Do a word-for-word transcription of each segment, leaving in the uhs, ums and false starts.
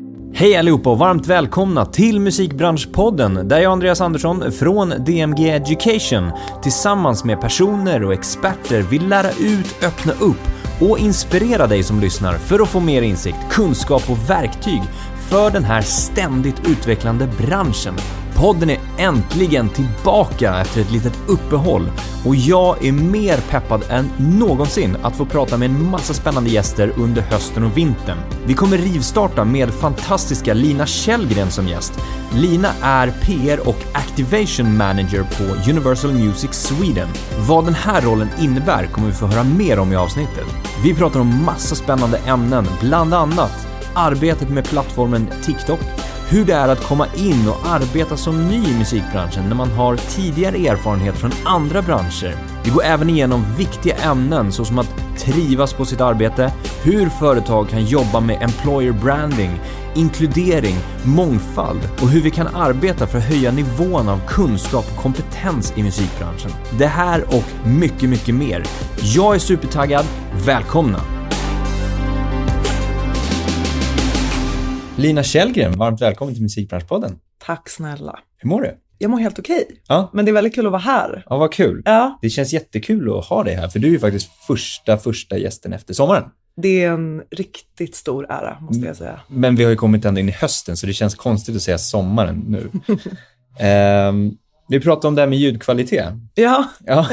Hej allihopa och varmt välkomna till Musikbranschpodden där jag Andreas Andersson från D M G Education tillsammans med personer och experter vill lära ut, öppna upp och inspirera dig som lyssnar för att få mer insikt, kunskap och verktyg för den här ständigt utvecklande branschen. Podden är äntligen tillbaka efter ett litet uppehåll och jag är mer peppad än någonsin att få prata med en massa spännande gäster under hösten och vintern. Vi kommer rivstarta med fantastiska Lina Källgren som gäst. Lina är P R och Activation Manager på Universal Music Sweden. Vad den här rollen innebär kommer vi få höra mer om i avsnittet. Vi pratar om massa spännande ämnen, bland annat arbetet med plattformen TikTok, hur det är att komma in och arbeta som ny i musikbranschen när man har tidigare erfarenhet från andra branscher. Vi går även igenom viktiga ämnen såsom att trivas på sitt arbete, hur företag kan jobba med employer branding, inkludering, mångfald och hur vi kan arbeta för att höja nivån av kunskap och kompetens i musikbranschen. Det här och mycket, mycket mer. Jag är supertaggad. Välkomna! Lina Källgren, varmt välkommen till Musikbranschpodden. Tack snälla. Hur mår du? Jag mår helt okej. Ja. Men det är väldigt kul att vara här. Ja, vad kul. Ja. Det känns jättekul att ha dig här, för du är ju faktiskt första, första gästen efter sommaren. Det är en riktigt stor ära, måste jag säga. Men vi har ju kommit ända in i hösten, så det känns konstigt att säga sommaren nu. um, vi pratade om det här med ljudkvalitet. Ja. Ja.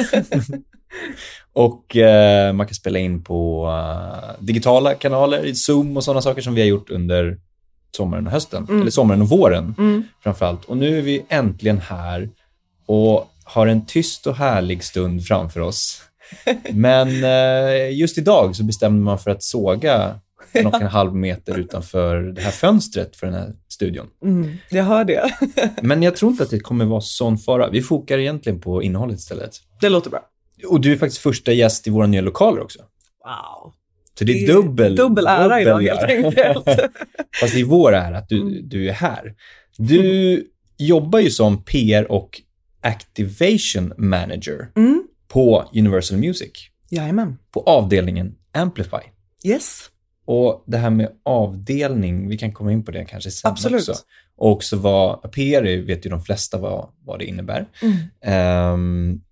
Och uh, man kan spela in på uh, digitala kanaler, Zoom och sådana saker som vi har gjort under sommaren och hösten, mm. eller sommaren och våren mm. framförallt. Och nu är vi äntligen här och har en tyst och härlig stund framför oss. Men eh, just idag så bestämde man för att såga en och en halv meter utanför det här fönstret för den här studion. Mm, jag hör det. Men jag tror inte att det kommer vara sån fara. Vi fokar egentligen på innehållet istället. Det låter bra. Och du är faktiskt första gäst i våra nya lokaler också. Wow. Så det är dubbel, dubbel ära dubbel idag helt enkelt. Fast det är vår ära att du, du är här. Du jobbar ju som P R och Activation Manager mm. på Universal Music. Jajamän. På avdelningen Amplify. Yes. Och det här med avdelning, vi kan komma in på det kanske sen. Absolut. Också. Och också vad P R vet ju de flesta vad, vad det innebär. Mm. Um,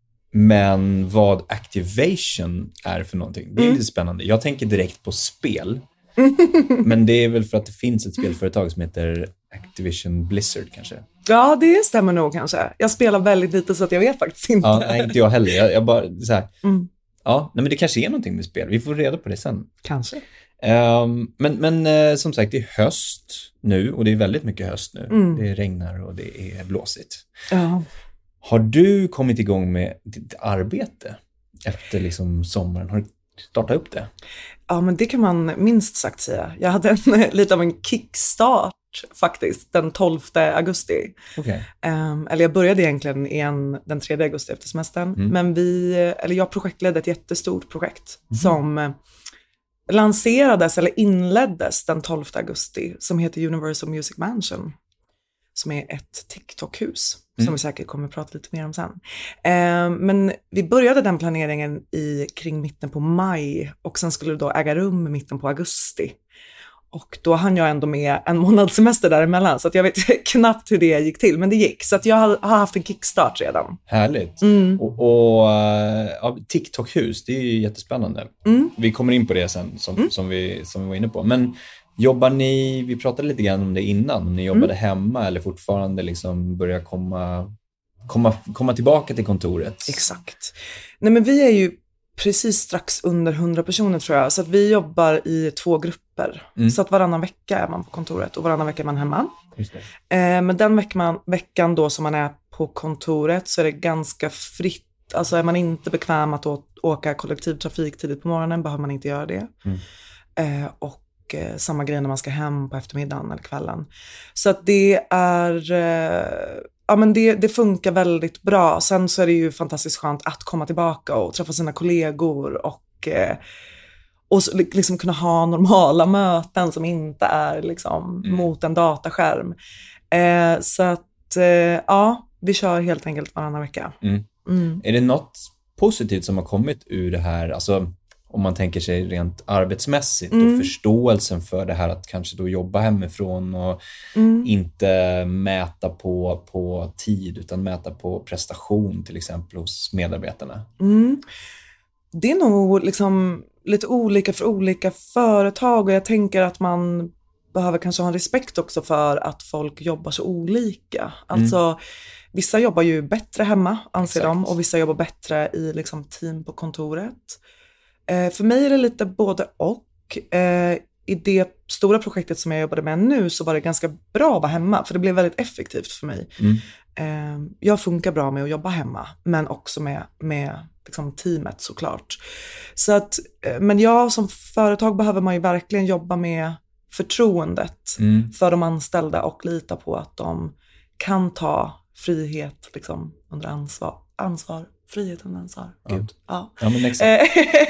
Men vad activation är för någonting, det är mm. lite spännande. Jag tänker direkt på spel. Men det är väl för att det finns ett spelföretag som heter Activision Blizzard kanske. Ja, det stämmer nog kanske. Jag spelar väldigt lite så att jag vet faktiskt inte. Ja, nej, inte jag heller. Jag, jag bara så här. Mm. Ja, nej, men det kanske är någonting med spel. Vi får reda på det sen. Kanske. Um, men men uh, som sagt, det är höst nu och det är väldigt mycket höst nu. Mm. Det regnar och det är blåsigt. Ja. Har du kommit igång med ditt arbete efter liksom sommaren? Har du startat upp det? Ja, men det kan man minst sagt säga. Jag hade en, lite av en kickstart faktiskt den tolfte augusti. Okay. Um, eller jag började egentligen igen den tredje augusti efter semestern. Mm. Men vi, eller jag projektledde ett jättestort projekt mm. som lanserades eller inleddes den tolfte augusti som heter Universal Music Mansion. Som är ett TikTok-hus. Mm. Som vi säkert kommer att prata lite mer om sen. Eh, men vi började den planeringen i kring mitten på maj. Och sen skulle det då äga rum i mitten på augusti. Och då hann jag ändå med en månads semester däremellan. Så att jag vet knappt hur det gick till. Men det gick. Så att jag har, har haft en kickstart redan. Härligt. Mm. Och, och ja, TikTok-hus, det är ju jättespännande. Mm. Vi kommer in på det sen som, mm. som, vi, som vi var inne på. Men jobbar ni, vi pratade lite grann om det innan, om ni jobbade mm. hemma eller fortfarande liksom börjar komma, komma, komma tillbaka till kontoret? Exakt. Nej, men vi är ju precis strax under hundra personer tror jag, så att vi jobbar i två grupper. Mm. Så att varannan vecka är man på kontoret och varannan vecka är man hemma. Just det. Eh, men den veckan, veckan då som man är på kontoret så är det ganska fritt. Alltså är man inte bekväm att å- åka kollektivtrafik tidigt på morgonen behöver man inte göra det. Mm. Eh, och samma grej när man ska hem på eftermiddagen eller kvällen. Så att det är eh, ja men det, det funkar väldigt bra. Sen så är det ju fantastiskt skönt att komma tillbaka och träffa sina kollegor och eh, och liksom kunna ha normala möten som inte är liksom mm. mot en dataskärm. Eh, så att eh, ja, vi kör helt enkelt varannan vecka. Mm. Mm. Är det något positivt som har kommit ur det här, alltså om man tänker sig rent arbetsmässigt Mm. och förståelsen för det här att kanske då jobba hemifrån och Mm. inte mäta på, på tid utan mäta på prestation till exempel hos medarbetarna? Mm. Det är nog liksom lite olika för olika företag, och jag tänker att man behöver kanske ha en respekt också för att folk jobbar så olika. Alltså mm. vissa jobbar ju bättre hemma, anser Exakt. de, och vissa jobbar bättre i liksom team på kontoret. Eh, för mig är det lite både och. Eh, I det stora projektet som jag jobbade med nu så var det ganska bra att vara hemma, för det blev väldigt effektivt för mig. Mm. Eh, jag funkar bra med att jobba hemma, men också med, med liksom teamet såklart. Så att, eh, men jag som företag behöver man ju verkligen jobba med förtroendet Mm. för de anställda och lita på att de kan ta frihet liksom, under ansvar. Ansvar, frihet under ansvar. Ja. Gud, ja. Ja, men exakt.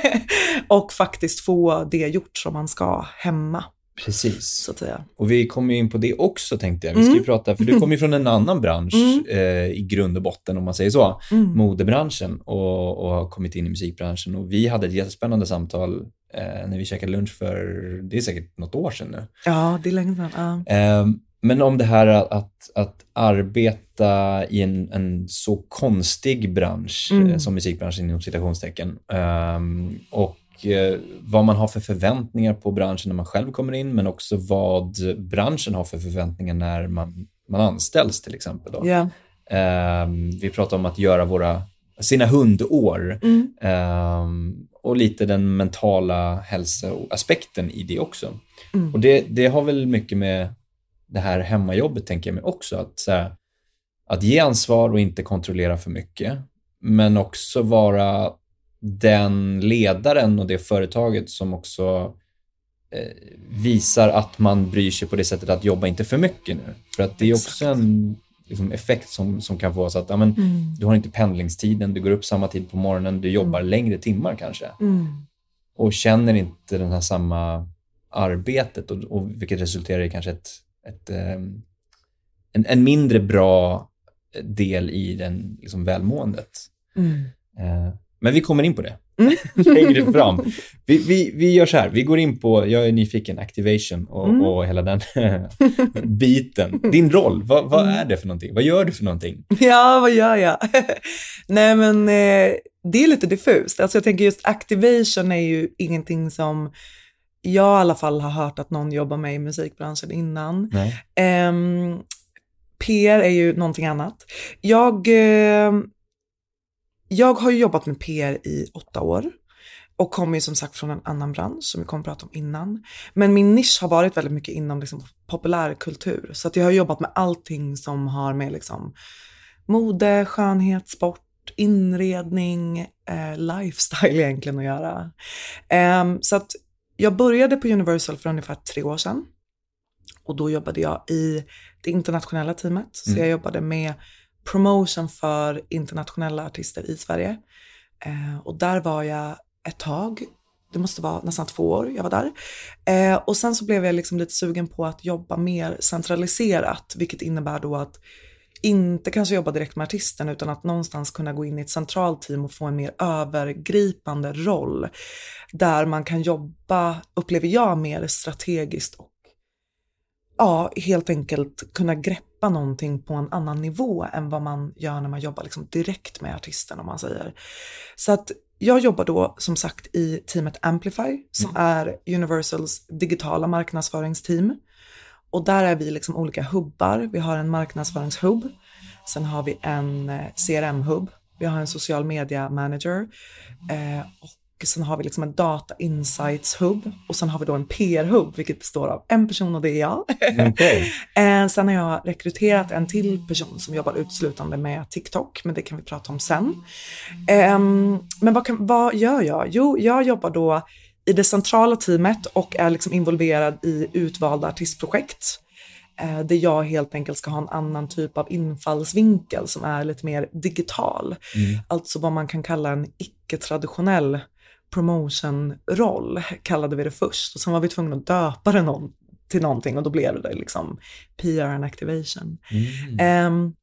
Och faktiskt få det gjort som man ska hemma. Precis. Så att säga. Och vi kommer ju in på det också, tänkte jag. Vi ska ju Mm. prata, för du kommer ju från en annan bransch Mm. eh, i grund och botten, om man säger så. Mm. Modebranschen, och, och har kommit in i musikbranschen. Och vi hade ett jättespännande samtal eh, när vi käkade lunch för, det är säkert något år sedan nu. Ja, det är länge sedan. Ja. Eh, men om det här att, att arbeta i en, en så konstig bransch Mm. eh, som musikbranschen inom citationstecken. Eh, och vad man har för förväntningar på branschen när man själv kommer in, men också vad branschen har för förväntningar när man, man anställs till exempel. Då. Yeah. Um, vi pratar om att göra våra, sina hundår Mm. um, och lite den mentala hälsoaspekten i det också. Mm. Och det, det har väl mycket med det här hemmajobbet, tänker jag mig också, att, så här, att ge ansvar och inte kontrollera för mycket, men också vara den ledaren och det företaget som också eh, visar att man bryr sig på det sättet att jobba inte för mycket nu. För att det är också en liksom, effekt som, som kan få så att ja, men, Mm. du har inte pendlingstiden, du går upp samma tid på morgonen, du jobbar Mm. längre timmar kanske. Mm. Och känner inte den här samma arbetet, och, och vilket resulterar i kanske ett, ett, eh, en, en mindre bra del i den liksom, välmåendet. Mm. Eh, Men vi kommer in på det. Mm. Längre fram. Vi, vi, vi gör så här. Vi går in på, jag är nyfiken, activation och, mm. och hela den biten. Din roll, vad, vad är det för någonting? Vad gör du för någonting? Ja, vad gör jag? Nej, men eh, det är lite diffust. Alltså jag tänker just activation är ju ingenting som jag i alla fall har hört att någon jobbar med i musikbranschen innan. Eh, P R är ju någonting annat. Jag... Eh, Jag har ju jobbat med P R i åtta år och kommer ju som sagt från en annan bransch som vi kommer att prata om innan. Men min nisch har varit väldigt mycket inom liksom populärkultur. Så att jag har jobbat med allting som har med liksom mode, skönhet, sport, inredning, eh, lifestyle egentligen att göra. Eh, så att jag började på Universal för ungefär tre år sedan. Och då jobbade jag i det internationella teamet. Så Mm. jag jobbade med promotion för internationella artister i Sverige. Eh, och där var jag ett tag. Det måste vara nästan två år jag var där. Eh, och sen så blev jag liksom lite sugen på att jobba mer centraliserat. Vilket innebär då att inte kanske jobba direkt med artisten, utan att någonstans kunna gå in i ett centralt team och få en mer övergripande roll. Där man kan jobba, upplever jag, mer strategiskt och ja, helt enkelt kunna greppa någonting på en annan nivå än vad man gör när man jobbar liksom direkt med artisten, om man säger. Så att jag jobbar då som sagt i teamet Amplify som mm. är Universals digitala marknadsföringsteam. Och där är vi liksom olika hubbar. Vi har en marknadsföringshubb. Sen har vi en C R M-hubb. Vi har en social media manager. Eh, och sen har vi liksom en data insights hub. Och sen har vi då en P R-hubb, vilket består av en person, och det är jag. Okay. eh, sen har jag rekryterat en till person som jobbar utslutande med TikTok. Men det kan vi prata om sen. Eh, men vad, kan, vad gör jag? Jo, jag jobbar då i det centrala teamet och är liksom involverad i utvalda artistprojekt. Eh, där jag helt enkelt ska ha en annan typ av infallsvinkel som är lite mer digital. Mm. Alltså vad man kan kalla en icke-traditionell promotion-roll, kallade vi det först. Och sen var vi tvungna att döpa det någon, till någonting, och då blev det liksom P R and activation. Mm. Eh,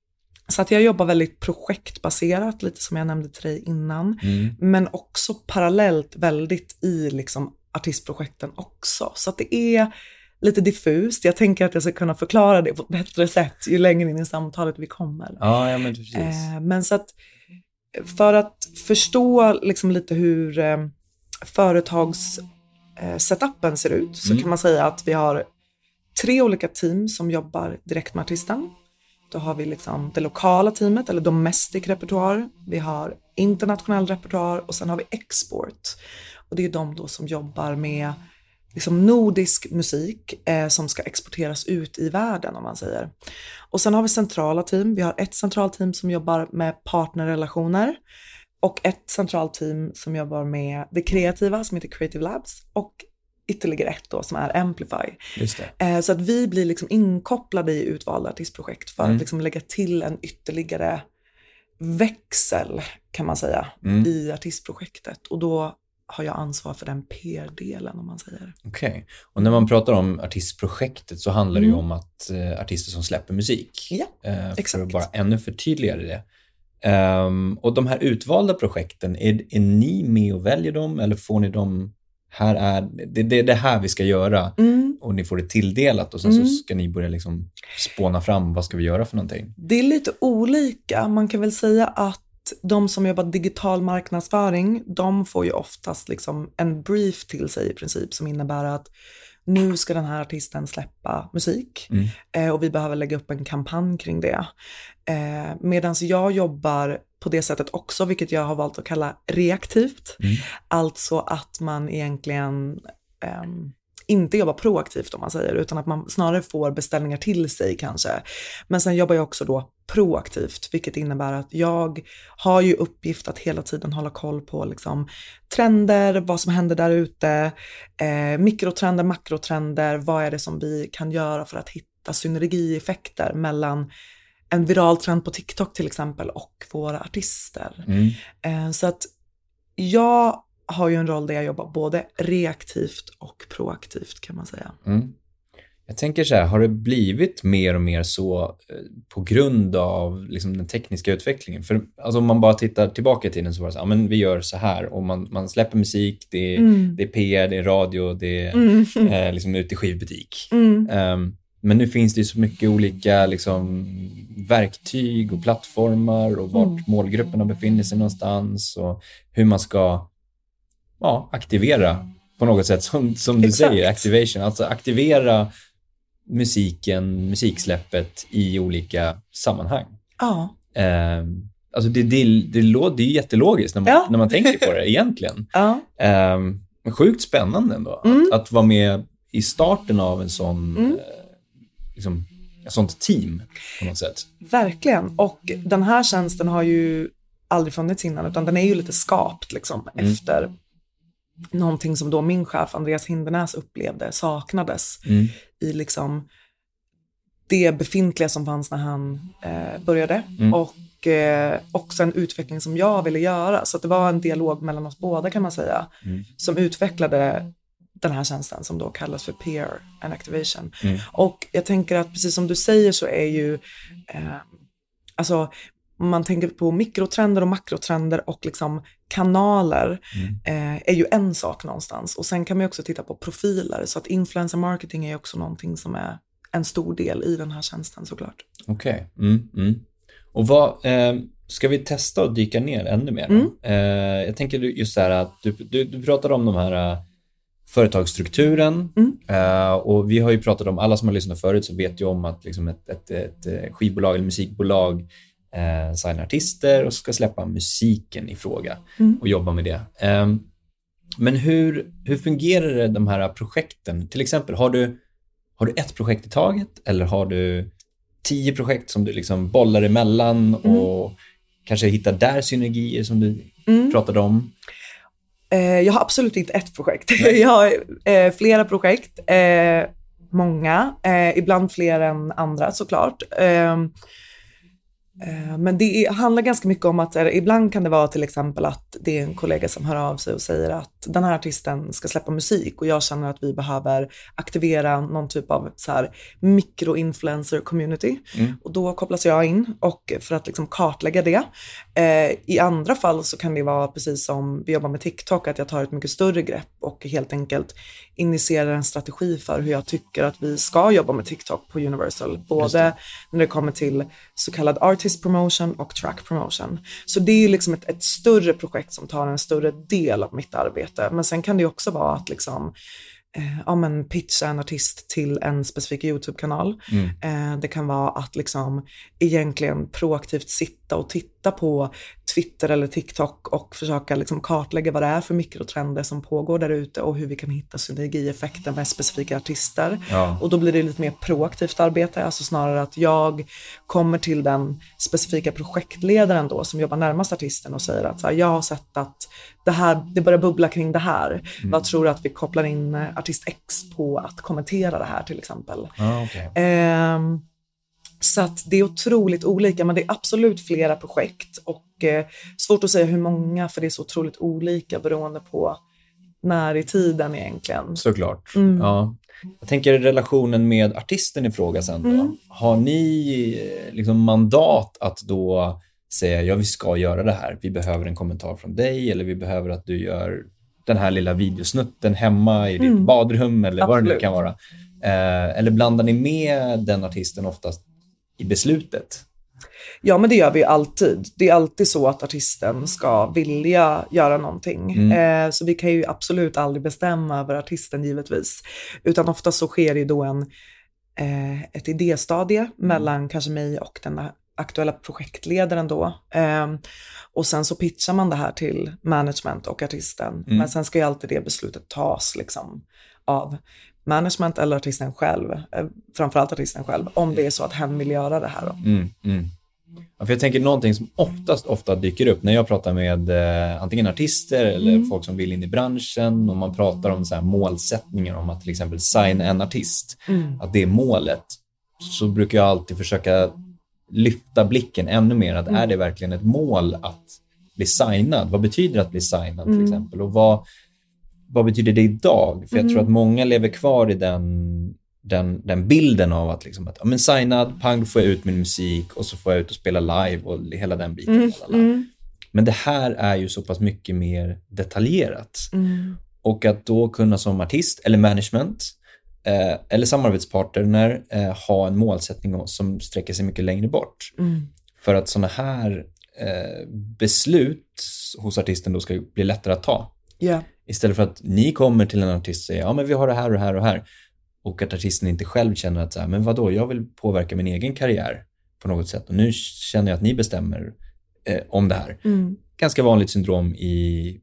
Så att jag jobbar väldigt projektbaserat, lite som jag nämnde till dig innan. Mm. Men också parallellt väldigt i liksom artistprojekten också. Så att det är lite diffust. Jag tänker att jag ska kunna förklara det på ett bättre sätt ju längre in i samtalet vi kommer. Ja, ja men precis. Eh, men så att för att förstå liksom lite hur eh, företags eh, setupen ser ut så Mm. kan man säga att vi har tre olika team som jobbar direkt med artisten. Då har vi liksom det lokala teamet eller domestic repertoar. Vi har internationell repertoar och sen har vi export. Och det är de då som jobbar med liksom nordisk musik eh, som ska exporteras ut i världen om man säger. Och sen har vi centrala team. Vi har ett centralt team som jobbar med partnerrelationer och ett centralt team som jobbar med det kreativa som heter Creative Labs och ytterligare ett då som är Amplify. Just det. Eh, så att vi blir liksom inkopplade i utvalda artistprojekt för Mm. att liksom lägga till en ytterligare växel kan man säga Mm. i artistprojektet. Och då har jag ansvar för den P R-delen om man säger. Okej. Okay. Och när man pratar om artistprojektet så handlar det ju Mm. om att eh, artister som släpper musik. Ja, eh, för exakt. att bara ännu förtydliga det. Um, och de här utvalda projekten, är, är ni med och väljer dem eller får ni dem, här är, det, det är det här vi ska göra Mm. och ni får det tilldelat och sen Mm. så ska ni börja liksom spåna fram vad ska vi göra för någonting? Det är lite olika. Man kan väl säga att de som jobbar digital marknadsföring, de får ju oftast liksom en brief till sig i princip som innebär att nu ska den här artisten släppa musik Mm. eh, och vi behöver lägga upp en kampanj kring det. Eh, Medan jag jobbar på det sättet också, vilket jag har valt att kalla reaktivt. Mm. Alltså att man egentligen ehm, inte jobbar proaktivt om man säger, utan att man snarare får beställningar till sig kanske. Men sen jobbar jag också då proaktivt, vilket innebär att jag har ju uppgift att hela tiden hålla koll på liksom trender, vad som händer där ute, eh, mikrotrender, makrotrender, vad är det som vi kan göra för att hitta synergieffekter mellan en viral trend på TikTok till exempel och våra artister. Mm. Eh, så att jag har ju en roll där jag jobbar både reaktivt och proaktivt kan man säga. Mm. Jag tänker så här, har det blivit mer och mer så eh, på grund av liksom, den tekniska utvecklingen? För alltså, om man bara tittar tillbaka i tiden så var det så här, men vi gör så här och man, man släpper musik, det är, Mm. det är P R, det är radio, det är Mm. eh, liksom ute i skivbutik. Mm. Um, men nu finns det ju så mycket olika liksom, verktyg och plattformar och vart Mm. målgrupperna befinner sig någonstans och hur man ska ja, aktivera på något sätt som, som du Exakt. säger, activation, alltså aktivera musiken, musiksläppet i olika sammanhang. Ja. Um, alltså det, det, det, det, det är ju jättelogiskt när man, Ja. när man tänker på det egentligen. Ja. Um, men sjukt spännande ändå Mm. att, att vara med i starten av en sån Mm. eh, liksom, ett sånt team på något sätt. Verkligen. Och den här tjänsten har ju aldrig funnits innan, utan den är ju lite skapt liksom, Mm. efter någonting som då min chef Andreas Hindernäs upplevde saknades Mm. i liksom det befintliga som fanns när han eh, började. Mm. Och eh, också en utveckling som jag ville göra. Så att det var en dialog mellan oss båda kan man säga, Mm. som utvecklade den här tjänsten som då kallas för P R and Activation. Mm. Och jag tänker att precis som du säger så är ju eh, alltså man tänker på mikrotrender och makrotrender och liksom kanaler Mm. eh, är ju en sak någonstans. Och sen kan man ju också titta på profiler, så att influencer marketing är ju också någonting som är en stor del i den här tjänsten såklart. Okej. Okay. Mm, mm. Och vad, eh, ska vi testa att dyka ner ännu mer? Mm. Eh, jag tänker just så här att du, du, du pratade om de här uh, företagsstrukturen Mm. eh, och vi har ju pratat om, alla som har lyssnat förut så vet ju om att liksom ett, ett, ett, ett skivbolag eller musikbolag eh, signar artister och ska släppa musiken i fråga Mm. och jobba med det. Eh, men hur, hur fungerar det, de här projekten? Till exempel, har du Har du ett projekt i taget eller har du tio projekt som du liksom bollar emellan Mm. och kanske hittar där synergier som du Mm. pratade om? Eh, jag har absolut inte ett projekt. Jag har eh, flera projekt, eh, många, eh, ibland fler än andra såklart. Eh, Men det är, handlar ganska mycket om att här, ibland kan det vara till exempel att det är en kollega som hör av sig och säger att den här artisten ska släppa musik och jag känner att vi behöver aktivera någon typ av så här mikro-influencer community. Mm. Och då kopplas jag in och för att liksom kartlägga det. Eh, I andra fall så kan det vara precis som vi jobbar med TikTok, att jag tar ett mycket större grepp och helt enkelt initierar en strategi för hur jag tycker att vi ska jobba med TikTok på Universal. Både när det kommer till så kallad artist promotion och track promotion. Så det är liksom ett, ett större projekt som tar en större del av mitt arbete. Men sen kan det också vara att liksom Eh, ja, men pitcha en artist till en specifik YouTube-kanal. Mm. Eh, det kan vara att liksom egentligen proaktivt sitta och titta på Twitter eller TikTok och försöka liksom kartlägga vad det är för mikrotrender som pågår där ute och hur vi kan hitta synergieffekter med specifika artister. Ja. Och då blir det lite mer proaktivt arbete, alltså snarare att jag kommer till den specifika projektledaren då som jobbar närmast artisten och säger att så här, jag har sett att det här, det börjar bubbla kring det här. Mm. Vad tror du att vi kopplar in artist X på att kommentera det här till exempel? Ah, okay. Eh, så att det är otroligt olika, men det är absolut flera projekt och eh, svårt att säga hur många, för det är så otroligt olika beroende på när i tiden egentligen. Såklart, mm. ja. Jag tänker relationen med artisten i fråga sen då. Mm. Har ni liksom mandat att då säga, ja vi ska göra det här, vi behöver en kommentar från dig eller vi behöver att du gör den här lilla videosnutten hemma i ditt mm. badrum eller Absolut. Vad det nu kan vara. Eh, eller blandar ni med den artisten oftast i beslutet? Ja, men det gör vi ju alltid. Det är alltid så att artisten ska vilja göra någonting. Mm. Eh, så vi kan ju absolut aldrig bestämma över artisten givetvis. Utan ofta så sker det då en, eh, ett idéstadie mm. mellan kanske mig och den aktuella projektledaren då. Eh, och sen så pitchar man det här till management och artisten. Mm. Men sen ska ju alltid det beslutet tas liksom av management eller artisten själv. Eh, framförallt artisten själv. Om det är så att hen vill göra det här då. Mm, mm. Ja, för jag tänker någonting som oftast ofta dyker upp när jag pratar med eh, antingen artister eller mm. folk som vill in i branschen och man pratar om så här målsättningar om att till exempel signa en artist. Mm. Att det är målet. Så brukar jag alltid försöka lyfta blicken ännu mer. Att mm. är det verkligen ett mål att bli signad? Vad betyder att bli signad till mm. exempel? Och vad, vad betyder det idag? För jag mm. tror att många lever kvar i den, den, den bilden av att, liksom att ja, men signad, pang, får jag ut min musik och så får jag ut och spela live och hela den biten. Mm. Mm. Men det här är ju så pass mycket mer detaljerat. Mm. Och att då kunna som artist eller management eh, eller samarbetspartner eh, ha en målsättning som sträcker sig mycket längre bort. Mm. För att såna här eh, beslut hos artisten då ska bli lättare att ta. Yeah. Istället för att ni kommer till en artist och säger ja men vi har det här och det här och här. Och att artisten inte själv känner att så här, men vadå, jag vill påverka min egen karriär på något sätt. Och nu känner jag att ni bestämmer eh, om det här. Mm. Ganska vanligt syndrom i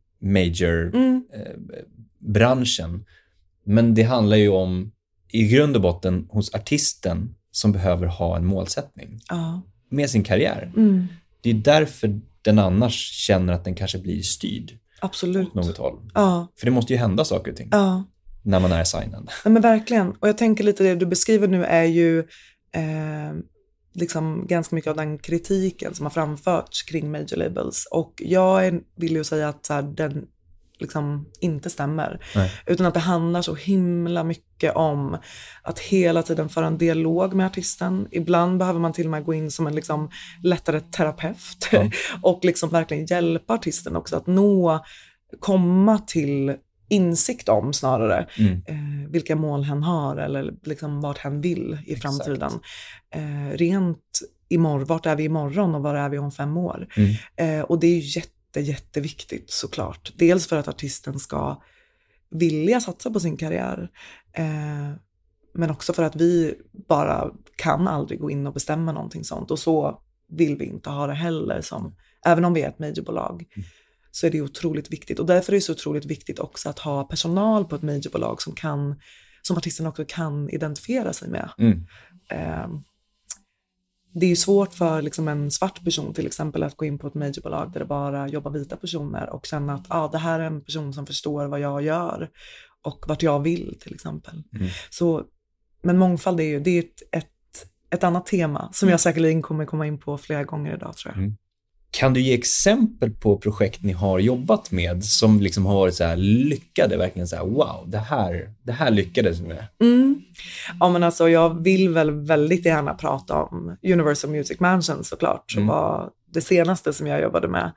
major-branschen. Mm. Eh, men det handlar ju om i grund och botten hos artisten som behöver ha en målsättning. Uh. Med sin karriär. Mm. Det är därför den annars känner att den kanske blir styrd. Absolut. Åt något håll. Uh. För det måste ju hända saker och ting. Uh. När man är signad. Ja, men verkligen. Och jag tänker lite det du beskriver nu är ju eh, liksom ganska mycket av den kritiken som har framförts kring major labels. Och jag är, vill ju säga att så här, den liksom inte stämmer. Nej. Utan att det handlar så himla mycket om att hela tiden föra en dialog med artisten. Ibland behöver man till och med gå in som en liksom lättare terapeut. Ja. Och liksom verkligen hjälpa artisten också att nå, komma till insikt om snarare mm. eh, vilka mål han har eller liksom vart han vill i framtiden. Eh, rent imorgon, vart är vi imorgon och var är vi om fem år? Mm. Eh, och det är ju jätte, jätteviktigt såklart. Dels för att artisten ska vilja satsa på sin karriär. Eh, men också för att vi bara kan aldrig gå in och bestämma någonting sånt. Och så vill vi inte ha det heller, som, även om vi är ett majorbolag. Mm. Så är det otroligt viktigt. Och därför är det så otroligt viktigt också att ha personal på ett majorbolag som kan, som artisten också kan identifiera sig med. Mm. Eh, det är ju svårt för liksom en svart person till exempel att gå in på ett majorbolag där det bara jobbar vita personer och känna att ah, det här är en person som förstår vad jag gör och vart jag vill till exempel. Mm. Så, men mångfald är ju det är ett, ett ett annat tema som jag säkerligen kommer komma in på flera gånger idag, tror jag. Mm. Kan du ge exempel på projekt ni har jobbat med som liksom har varit så här lyckade, verkligen så här wow, det här, det här lyckades med? Mm. Ja, men alltså jag vill väl väldigt gärna prata om Universal Music Mansion såklart, som mm. var det senaste som jag jobbade med.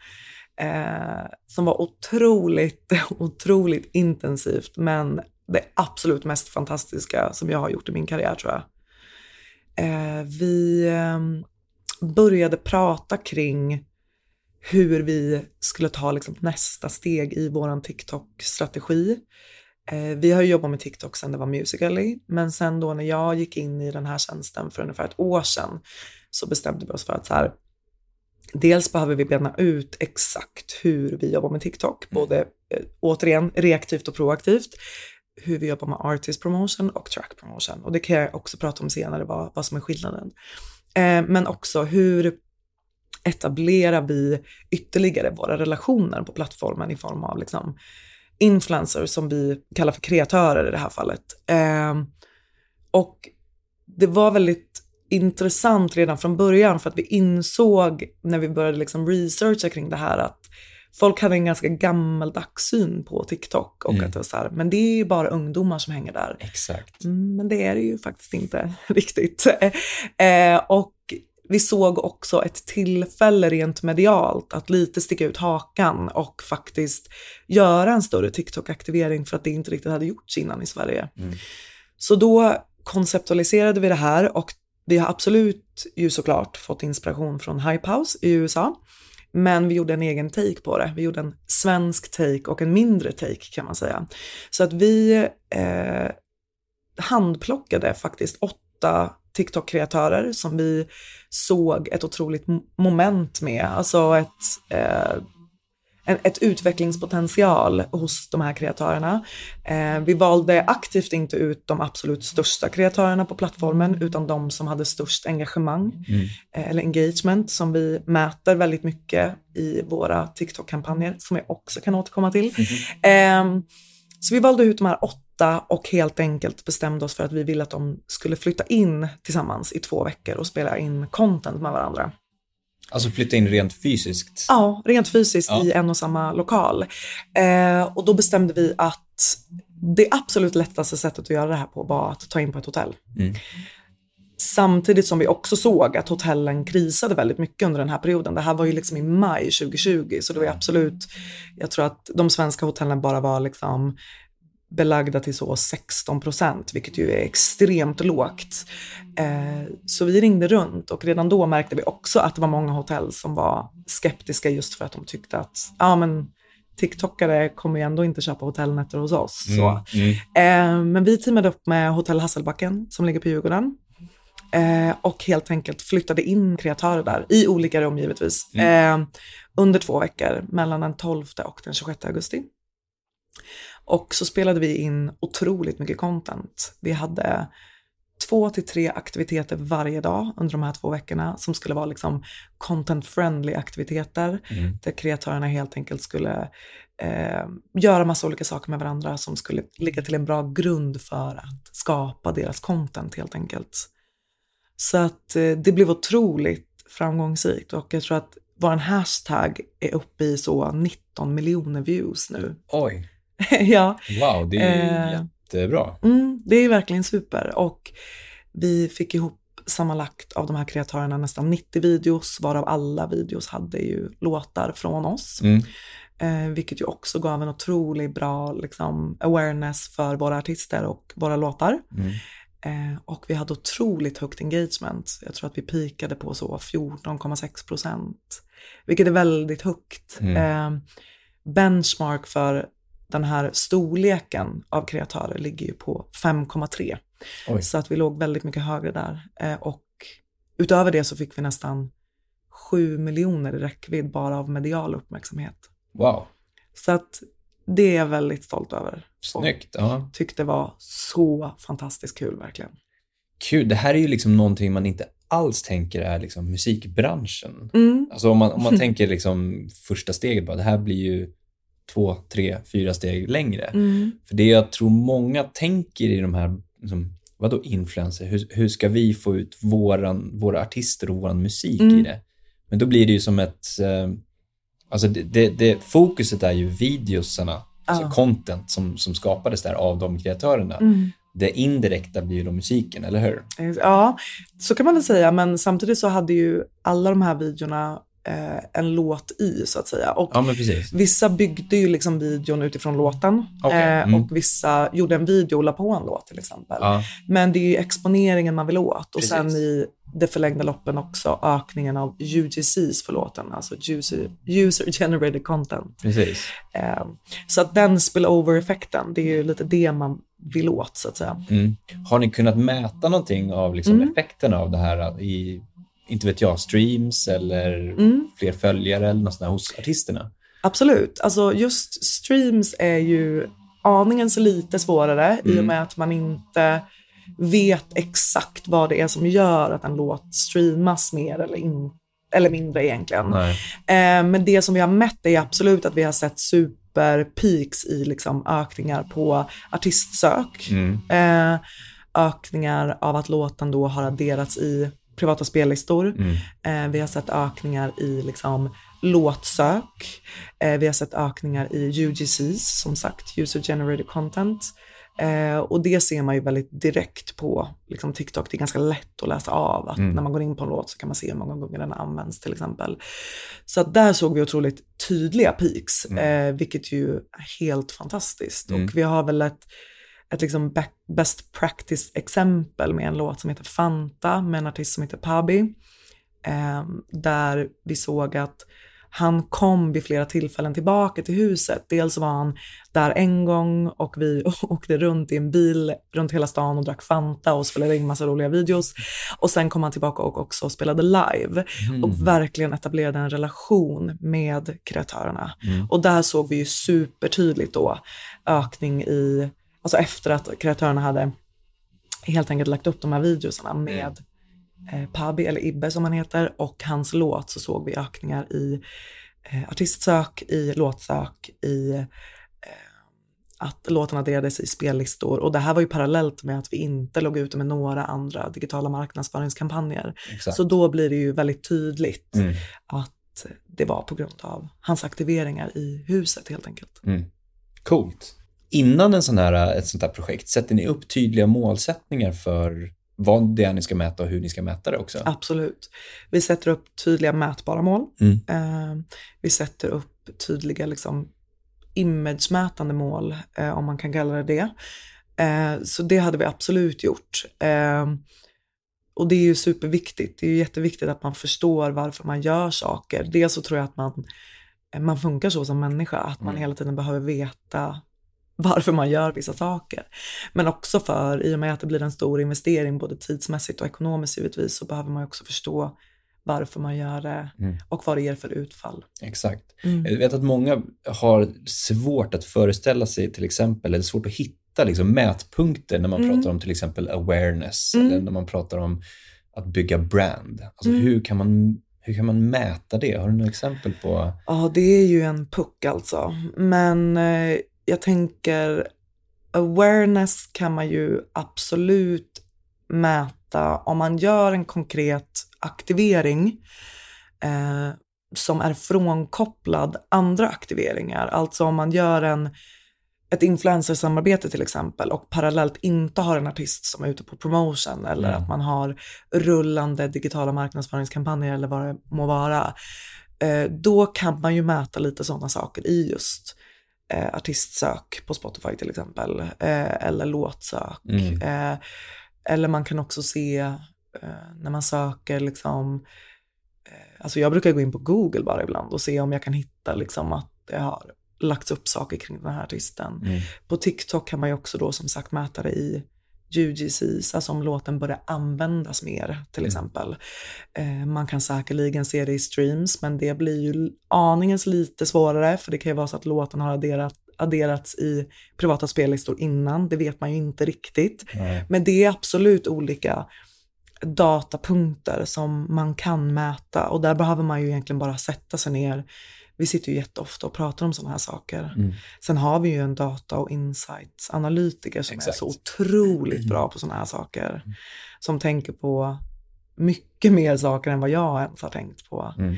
Eh, som var otroligt, otroligt intensivt, men det absolut mest fantastiska som jag har gjort i min karriär, tror jag. Eh, vi eh, började prata kring hur vi skulle ta liksom nästa steg i våran TikTok-strategi. Eh, vi har ju jobbat med TikTok sedan det var Musical.ly, men sen då när jag gick in i den här tjänsten för ungefär ett år sedan så bestämde vi oss för att så här, dels behöver vi bena ut exakt hur vi jobbar med TikTok, både eh, återigen reaktivt och proaktivt, hur vi jobbar med artist promotion och track promotion. Och det kan jag också prata om senare, vad, vad som är skillnaden. Eh, men också hur etablerar vi ytterligare våra relationer på plattformen i form av liksom influencers som vi kallar för kreatörer i det här fallet. Eh, och det var väldigt intressant redan från början, för att vi insåg när vi började liksom researcha kring det här att folk hade en ganska gammaldags syn på TikTok och mm. att det var så här, men det är ju bara ungdomar som hänger där. Exakt. Mm, men det är det ju faktiskt inte riktigt. Eh, och vi såg också ett tillfälle rent medialt att lite sticka ut hakan och faktiskt göra en större TikTok-aktivering, för att det inte riktigt hade gjorts innan i Sverige. Mm. Så då konceptualiserade vi det här, och vi har absolut ju såklart fått inspiration från Hype House i U S A. Men vi gjorde en egen take på det. Vi gjorde en svensk take och en mindre take, kan man säga. Så att vi eh, handplockade faktiskt åtta TikTok-kreatörer som vi såg ett otroligt moment med. Alltså ett, eh, en, ett utvecklingspotential hos de här kreatörerna. Eh, vi valde aktivt inte ut de absolut största kreatörerna på plattformen, utan de som hade störst engagemang mm. eh, eller engagement, som vi mäter väldigt mycket i våra TikTok-kampanjer, som jag också kan återkomma till. Mm. Eh, så vi valde ut de här åtta och helt enkelt bestämde oss för att vi ville att de skulle flytta in tillsammans i två veckor och spela in content med varandra. Alltså flytta in rent fysiskt? Ja, rent fysiskt ja. i en och samma lokal. Eh, och då bestämde vi att det absolut lättaste sättet att göra det här på var att ta in på ett hotell. Mm. Samtidigt som vi också såg att hotellen krisade väldigt mycket under den här perioden. Det här var ju liksom i maj tjugo tjugo, så det var absolut, jag tror att de svenska hotellen bara var liksom belagda till så sexton procent, vilket ju är extremt lågt. Eh, så vi ringde runt, och redan då märkte vi också att det var många hotell som var skeptiska, just för att de tyckte att ja, men TikTokare kommer ju ändå inte köpa hotellnätter hos oss. Mm, så. Mm. Eh, men vi teamade upp med Hotell Hasselbacken som ligger på Djurgården. Eh, och helt enkelt flyttade in kreatörer där, i olika rum givetvis, mm. eh, under två veckor, mellan den tolfte och den tjugosjätte augusti. Och så spelade vi in otroligt mycket content. Vi hade två till tre aktiviteter varje dag under de här två veckorna, som skulle vara liksom content-friendly aktiviteter, mm. där kreatörerna helt enkelt skulle eh, göra massa olika saker med varandra som skulle ligga till en bra grund för att skapa deras content helt enkelt. Så att eh, det blev otroligt framgångsrikt, och jag tror att vår hashtag är uppe i så nitton miljoner views nu. Oj. Ja. Wow, det är eh, jättebra. Mm, det är verkligen super, och vi fick ihop sammanlagt av de här kreatörerna nästan nittio videos, varav alla videos hade ju låtar från oss. Mm. Eh, vilket ju också gav en otroligt bra liksom, awareness för våra artister och våra låtar. Mm. Eh, och vi hade otroligt högt engagement. Jag tror att vi pikade på så fjorton komma sex procent, vilket är väldigt högt. Mm. Eh, benchmark för den här storleken av kreatörer ligger ju på fem komma tre. Oj. Så att vi låg väldigt mycket högre där. Eh, och utöver det så fick vi nästan sju miljoner i räckvidd bara av medial uppmärksamhet. Wow. Så att det är jag väldigt stolt över. Snyggt, ja. Tyckte det var så fantastiskt kul, verkligen. Kul, det här är ju liksom någonting man inte alls tänker är liksom musikbranschen. Mm. Alltså om man, om man tänker liksom första steget bara, det här blir ju två, tre, fyra steg längre. Mm. För det jag tror många tänker i de här liksom, vadå influencer? Hur, hur ska vi få ut våran, våra artister och våran musik Mm. i det? Men då blir det ju som ett... Eh, alltså det, det, det, fokuset är ju videosarna, alltså Ja. content som, som skapades där av de kreatörerna. Mm. Det indirekta blir ju då musiken, eller hur? Ja, så kan man väl säga. Men samtidigt så hade ju alla de här videorna eh, en låt i, så att säga. Och Ja, men precis. vissa byggde ju liksom videon utifrån låten. Okay. Eh, Mm. och vissa gjorde en video och la på en låt till exempel. Ja. Men det är ju exponeringen man vill åt. Och Precis. sen i det förlängda loppen också ökningen av U G Cs för låten. Alltså user, user generated content. Precis. Eh, så att den spillover-effekten, det är ju lite det man vill åt, så att säga. Mm. Har ni kunnat mäta någonting av liksom Mm. effekterna av det här i, inte vet jag, streams eller Mm. fler följare eller något sånt där hos artisterna? Absolut. Alltså just streams är ju aningen så lite svårare Mm. i och med att man inte vet exakt vad det är som gör att en låt streamas mer eller, in, eller mindre egentligen. Nej. Eh, men det som vi har mätt är absolut att vi har sett superpeaks i liksom ökningar på artistsök. Mm. Eh, ökningar av att låten då har adderats i privata spellistor. Mm. Eh, vi har sett ökningar i liksom låtsök. Eh, vi har sett ökningar i U G Cs, som sagt, user generated content. Eh, och det ser man ju väldigt direkt på liksom TikTok. Det är ganska lätt att läsa av att Mm. när man går in på en låt så kan man se hur många gånger den används till exempel. Så att där såg vi otroligt tydliga peaks, Mm. eh, vilket ju är helt fantastiskt. Mm. Och vi har väl ett ett liksom best practice exempel med en låt som heter Fanta med en artist som heter Pabi. Eh, där vi såg att han kom vid flera tillfällen tillbaka till huset. Dels var han där en gång och vi åkte runt i en bil runt hela stan och drack Fanta och spelade in massa roliga videos. Och sen kom han tillbaka och också spelade live Mm. och verkligen etablerade en relation med kreatörerna. Mm. Och där såg vi ju supertydligt då ökning i, alltså efter att kreatörerna hade helt enkelt lagt upp de här videosarna med eh, Pabi eller Ibbe som han heter och hans låt, så såg vi ökningar i eh, artistsök, i låtsök, i eh, att låten adderades i spellistor. Och det här var ju parallellt med att vi inte låg ute med några andra digitala marknadsföringskampanjer. Exakt. Så då blir det ju väldigt tydligt Mm. att det var på grund av hans aktiveringar i huset helt enkelt. Mm. Coolt. Innan en sån här, ett sånt här projekt, sätter ni upp tydliga målsättningar för vad det är ni ska mäta och hur ni ska mäta det också? Absolut. Vi sätter upp tydliga mätbara mål. Mm. Eh, vi sätter upp tydliga liksom, imagemätande mål, eh, om man kan kalla det det. Eh, så det hade vi absolut gjort. Eh, och det är ju superviktigt. Det är ju jätteviktigt att man förstår varför man gör saker. Dels så tror jag att man, man funkar så som människa, att man Mm. hela tiden behöver veta varför man gör vissa saker. Men också för, i och med att det blir en stor investering både tidsmässigt och ekonomiskt givetvis, så behöver man ju också förstå varför man gör det Mm. och vad det ger för utfall. Exakt. Mm. Jag vet att många har svårt att föreställa sig till exempel, eller svårt att hitta liksom mätpunkter när man Mm. pratar om till exempel awareness Mm. eller när man pratar om att bygga brand. Alltså Mm. hur kan man hur kan man mäta det? Har du några exempel på? Ja, det är ju en puck alltså. Men eh, jag tänker awareness kan man ju absolut mäta om man gör en konkret aktivering eh, som är frånkopplad andra aktiveringar. Alltså om man gör en, ett influencersamarbete till exempel och parallellt inte har en artist som är ute på promotion eller Mm. att man har rullande digitala marknadsföringskampanjer eller vad det må vara. Eh, då kan man ju mäta lite sådana saker i just eh, artistsök på Spotify till exempel, eh, eller låtsök. Mm. Eh, eller man kan också se eh, när man söker liksom, eh, alltså jag brukar gå in på Google bara ibland och se om jag kan hitta liksom att det har lagts upp saker kring den här artisten. Mm. På TikTok kan man ju också då som sagt mäta det i U G Cs, alltså om låten börjar användas mer till exempel. Eh, man kan säkerligen se det i streams, men det blir ju aningens lite svårare, för det kan ju vara så att låten har adderat, adderats i privata spellistor innan, det vet man ju inte riktigt. Nej. Men det är absolut olika datapunkter som man kan mäta, och där behöver man ju egentligen bara sätta sig ner vi sitter ju jätteofta och pratar om sådana här saker. Mm. Sen har vi ju en data- och insights-analytiker som Exakt. är så otroligt bra på sådana här saker. Mm. Som tänker på mycket mer saker än vad jag ens har tänkt på. Mm.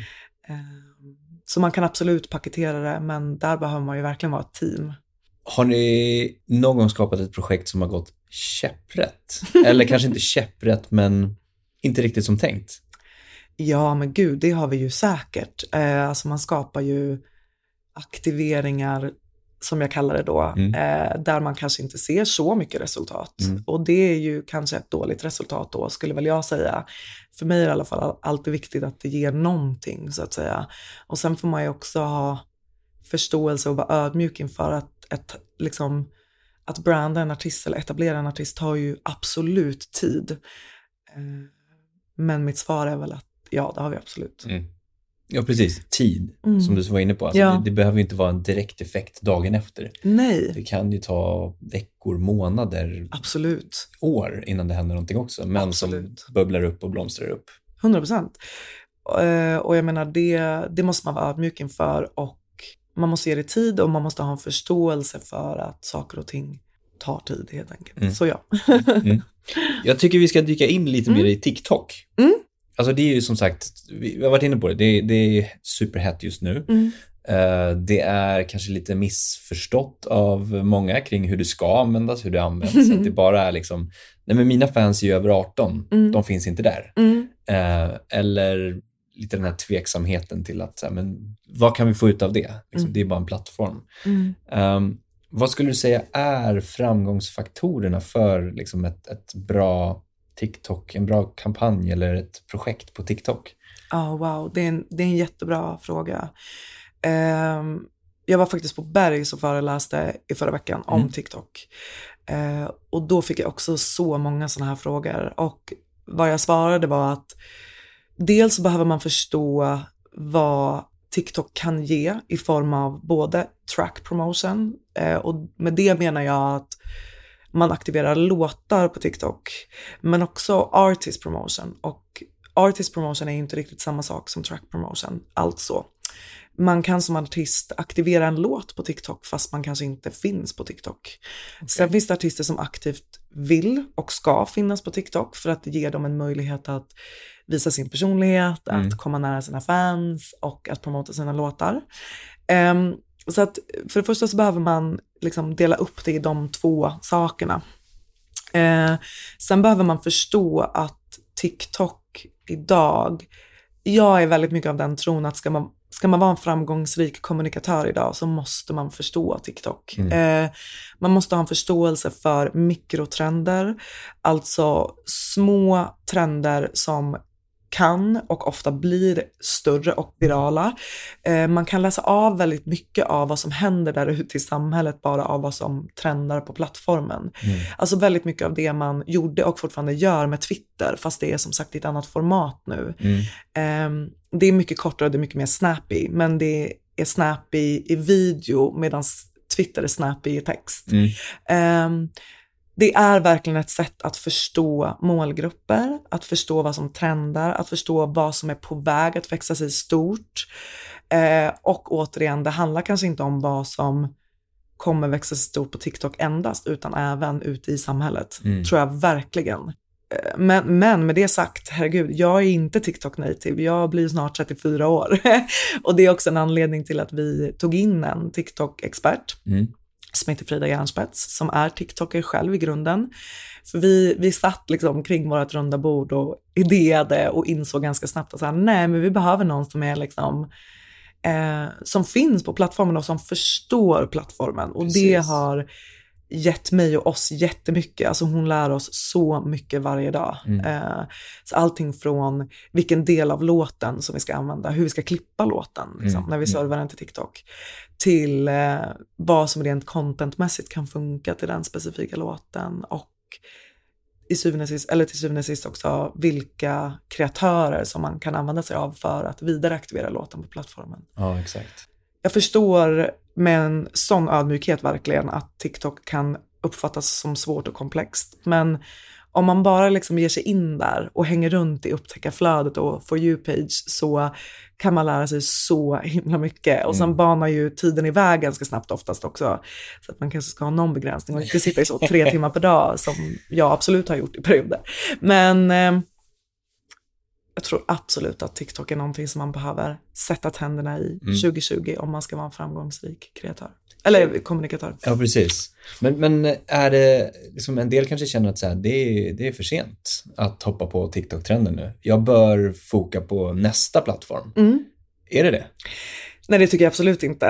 Så man kan absolut paketera det, men där behöver man ju verkligen vara ett team. Har ni någon gång skapat ett projekt som har gått käpprätt? Eller kanske inte käpprätt, men inte riktigt som tänkt? Ja, men gud, det har vi ju säkert. Eh, alltså man skapar ju aktiveringar, som jag kallar det då, mm. eh, där man kanske inte ser så mycket resultat. Mm. Och det är ju kanske ett dåligt resultat då, skulle väl jag säga. För mig är det i alla fall alltid viktigt att det ger någonting, så att säga. Och sen får man ju också ha förståelse och vara ödmjuk inför att ett, liksom, att branda en artist eller etablera en artist har ju absolut tid. Eh, men mitt svar är väl att ja, det har vi absolut. Mm. Ja, precis. Tid, mm. som du var inne på. Alltså, ja. det, det behöver ju inte vara en direkt effekt dagen efter. Nej. Det kan ju ta veckor, månader, absolut. år innan det händer någonting också. Men absolut. Som bubblar upp och blomstrar upp. hundra procent. Uh, och jag menar, det, det måste man vara ödmjuk inför. Och man måste ge det tid och man måste ha en förståelse för att saker och ting tar tid, helt enkelt. Mm. Så ja. mm. Jag tycker vi ska dyka in lite mm. mer i TikTok. Mm. Alltså det är ju som sagt, vi har varit inne på det, det, det är superhett just nu. Mm. Uh, det är kanske lite missförstått av många kring hur det ska användas, hur det används. Mm. Att det bara är liksom, nej men mina fans är ju över arton, mm. de finns inte där. Mm. Uh, eller lite den här tveksamheten till att, men vad kan vi få ut av det? Liksom, mm. Det är bara en plattform. Mm. Um, vad skulle du säga är framgångsfaktorerna för liksom ett, ett bra TikTok, en bra kampanj eller ett projekt på TikTok? Oh, wow, det är en, det är en jättebra fråga. Um, jag var faktiskt på Bergs och föreläste i förra veckan om mm. TikTok. Uh, och då fick jag också så många sådana här frågor. Och vad jag svarade var att dels behöver man förstå vad TikTok kan ge i form av både track promotion. Uh, och med det menar jag att man aktiverar låtar på TikTok, men också artist promotion. Och artist promotion är inte riktigt samma sak som track promotion. Alltså, man kan som artist aktivera en låt på TikTok fast man kanske inte finns på TikTok. Okay. Sen finns det artister som aktivt vill och ska finnas på TikTok för att det ger dem en möjlighet att visa sin personlighet, mm. att komma nära sina fans och att promota sina låtar. Um, så att för det första så behöver man liksom dela upp det i de två sakerna. Eh, sen behöver man förstå att TikTok idag, jag är väldigt mycket av den tron att ska man, ska man vara en framgångsrik kommunikatör idag så måste man förstå TikTok. Mm. Eh, man måste ha en förståelse för mikrotrender, alltså små trender som kan och ofta blir större och virala. Eh, man kan läsa av väldigt mycket av vad som händer där ute i samhället bara av vad som trendar på plattformen. Mm. Alltså väldigt mycket av det man gjorde och fortfarande gör med Twitter, fast det är som sagt i ett annat format nu. Mm. Eh, det är mycket kortare och det är mycket mer snappy, men det är snappy i video medan Twitter är snappy i text. Mm. Eh, Det är verkligen ett sätt att förstå målgrupper, att förstå vad som trendar, att förstå vad som är på väg att växa sig stort. Eh, och återigen, det handlar kanske inte om vad som kommer växa sig stort på TikTok endast, utan även ute i samhället. Mm. Tror jag verkligen. Eh, men, men med det sagt, herregud, jag är inte TikTok native. Jag blir snart trettiofyra år. Och det är också en anledning till att vi tog in en TikTok-expert. Mm. Som heter Frida Järnspets, som är TikToker själv i grunden. För vi, vi satt liksom kring vårt runda bord och idéade och insåg ganska snabbt att så här, nej, men vi behöver någon som är liksom eh, som finns på plattformen och som förstår plattformen. Och Precis. Det har gett mig och oss jättemycket. Alltså hon lär oss så mycket varje dag. Mm. Eh, så allting från vilken del av låten som vi ska använda, hur vi ska klippa låten liksom, mm. när vi servar den till TikTok, till eh, vad som rent contentmässigt kan funka till den specifika låten och i syvende sist, eller till syvende sist också vilka kreatörer som man kan använda sig av för att vidareaktivera låten på plattformen. Ja, exakt. Jag förstår med en sån ödmjukhet verkligen att TikTok kan uppfattas som svårt och komplext. Men om man bara liksom ger sig in där och hänger runt i upptäckarflödet och For You-page så kan man lära sig så himla mycket. Och sen mm. banar ju tiden iväg ganska snabbt oftast också. Så att man kanske ska ha någon begränsning och inte sitta i så tre timmar per dag som jag absolut har gjort i perioder. Men eh, jag tror absolut att TikTok är någonting som man behöver sätta tänderna i mm. tjugo tjugo om man ska vara en framgångsrik kreatör. Eller kommunikatör. Ja, precis. Men, men är det, liksom en del kanske känner att så här, det, är, det är för sent att hoppa på TikTok-trenden nu. Jag bör foka på nästa plattform. Mm. Är det det? Nej, det tycker jag absolut inte.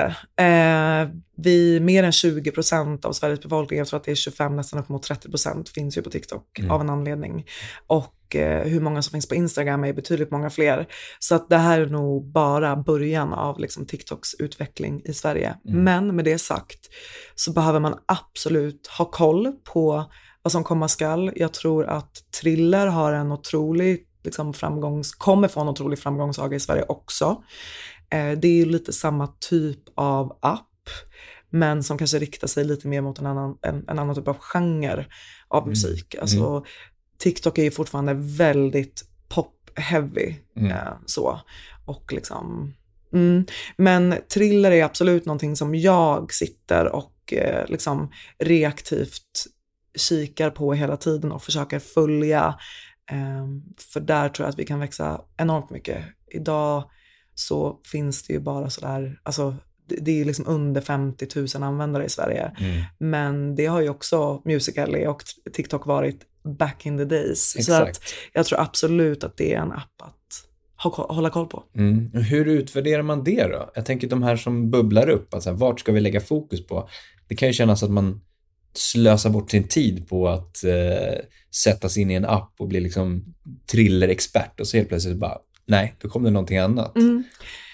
Eh, vi, mer än tjugo procent av Sveriges befolkning, jag tror att det är tjugofem, nästan upp mot trettio procent finns ju på TikTok mm. av en anledning. Och eh, hur många som finns på Instagram är betydligt många fler. Så att det här är nog bara början av liksom, TikToks utveckling i Sverige. Mm. Men med det sagt så behöver man absolut ha koll på vad som komma skall. Jag tror att Triller har en otrolig liksom, framgångs, kommer få en otrolig framgångssaga i Sverige också. Det är ju lite samma typ av app, men som kanske riktar sig lite mer mot en annan, en, en annan typ av genre av musik. Mm. Alltså, mm. TikTok är ju fortfarande väldigt pop-heavy. Mm. Eh, så. Och liksom, mm. Men Triller är absolut någonting som jag sitter och eh, liksom reaktivt kikar på hela tiden och försöker följa. Eh, för där tror jag att vi kan växa enormt mycket. Idag så finns det ju bara sådär, alltså det, det är ju liksom under femtio tusen användare i Sverige. Mm. Men det har ju också Musical.ly och TikTok varit back in the days. Exakt. Så att jag tror absolut att det är en app att ha, hålla koll på. Mm. Hur utvärderar man det då? Jag tänker de här som bubblar upp, alltså vart ska vi lägga fokus på? Det kan ju kännas att man slösar bort sin tid på att eh, sätta sig in i en app och bli liksom Triller-expert och så helt plötsligt bara nej, då kommer det någonting annat. Mm.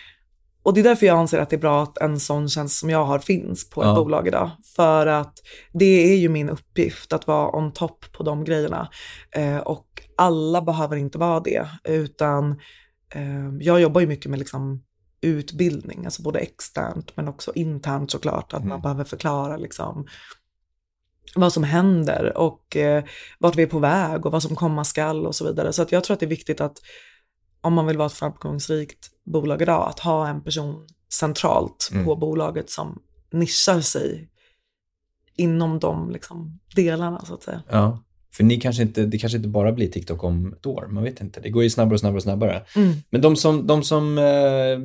Och det är därför jag anser att det är bra att en sån tjänst som jag har finns på ett ja. bolag idag. För att det är ju min uppgift att vara on top på de grejerna. Eh, och alla behöver inte vara det. Utan eh, jag jobbar ju mycket med liksom utbildning. Alltså både externt men också internt såklart. Att mm. man behöver förklara liksom vad som händer och eh, vart vi är på väg och vad som komma skall och så vidare. Så att jag tror att det är viktigt att om man vill vara ett framgångsrikt bolag idag, att ha en person centralt mm. på bolaget som nischar sig inom de liksom, delarna så att säga. Ja, för ni kanske inte, det kanske inte bara blir TikTok om ett år, man vet inte. Det går ju snabbare och snabbare och snabbare. Mm. Men de som, de som eh,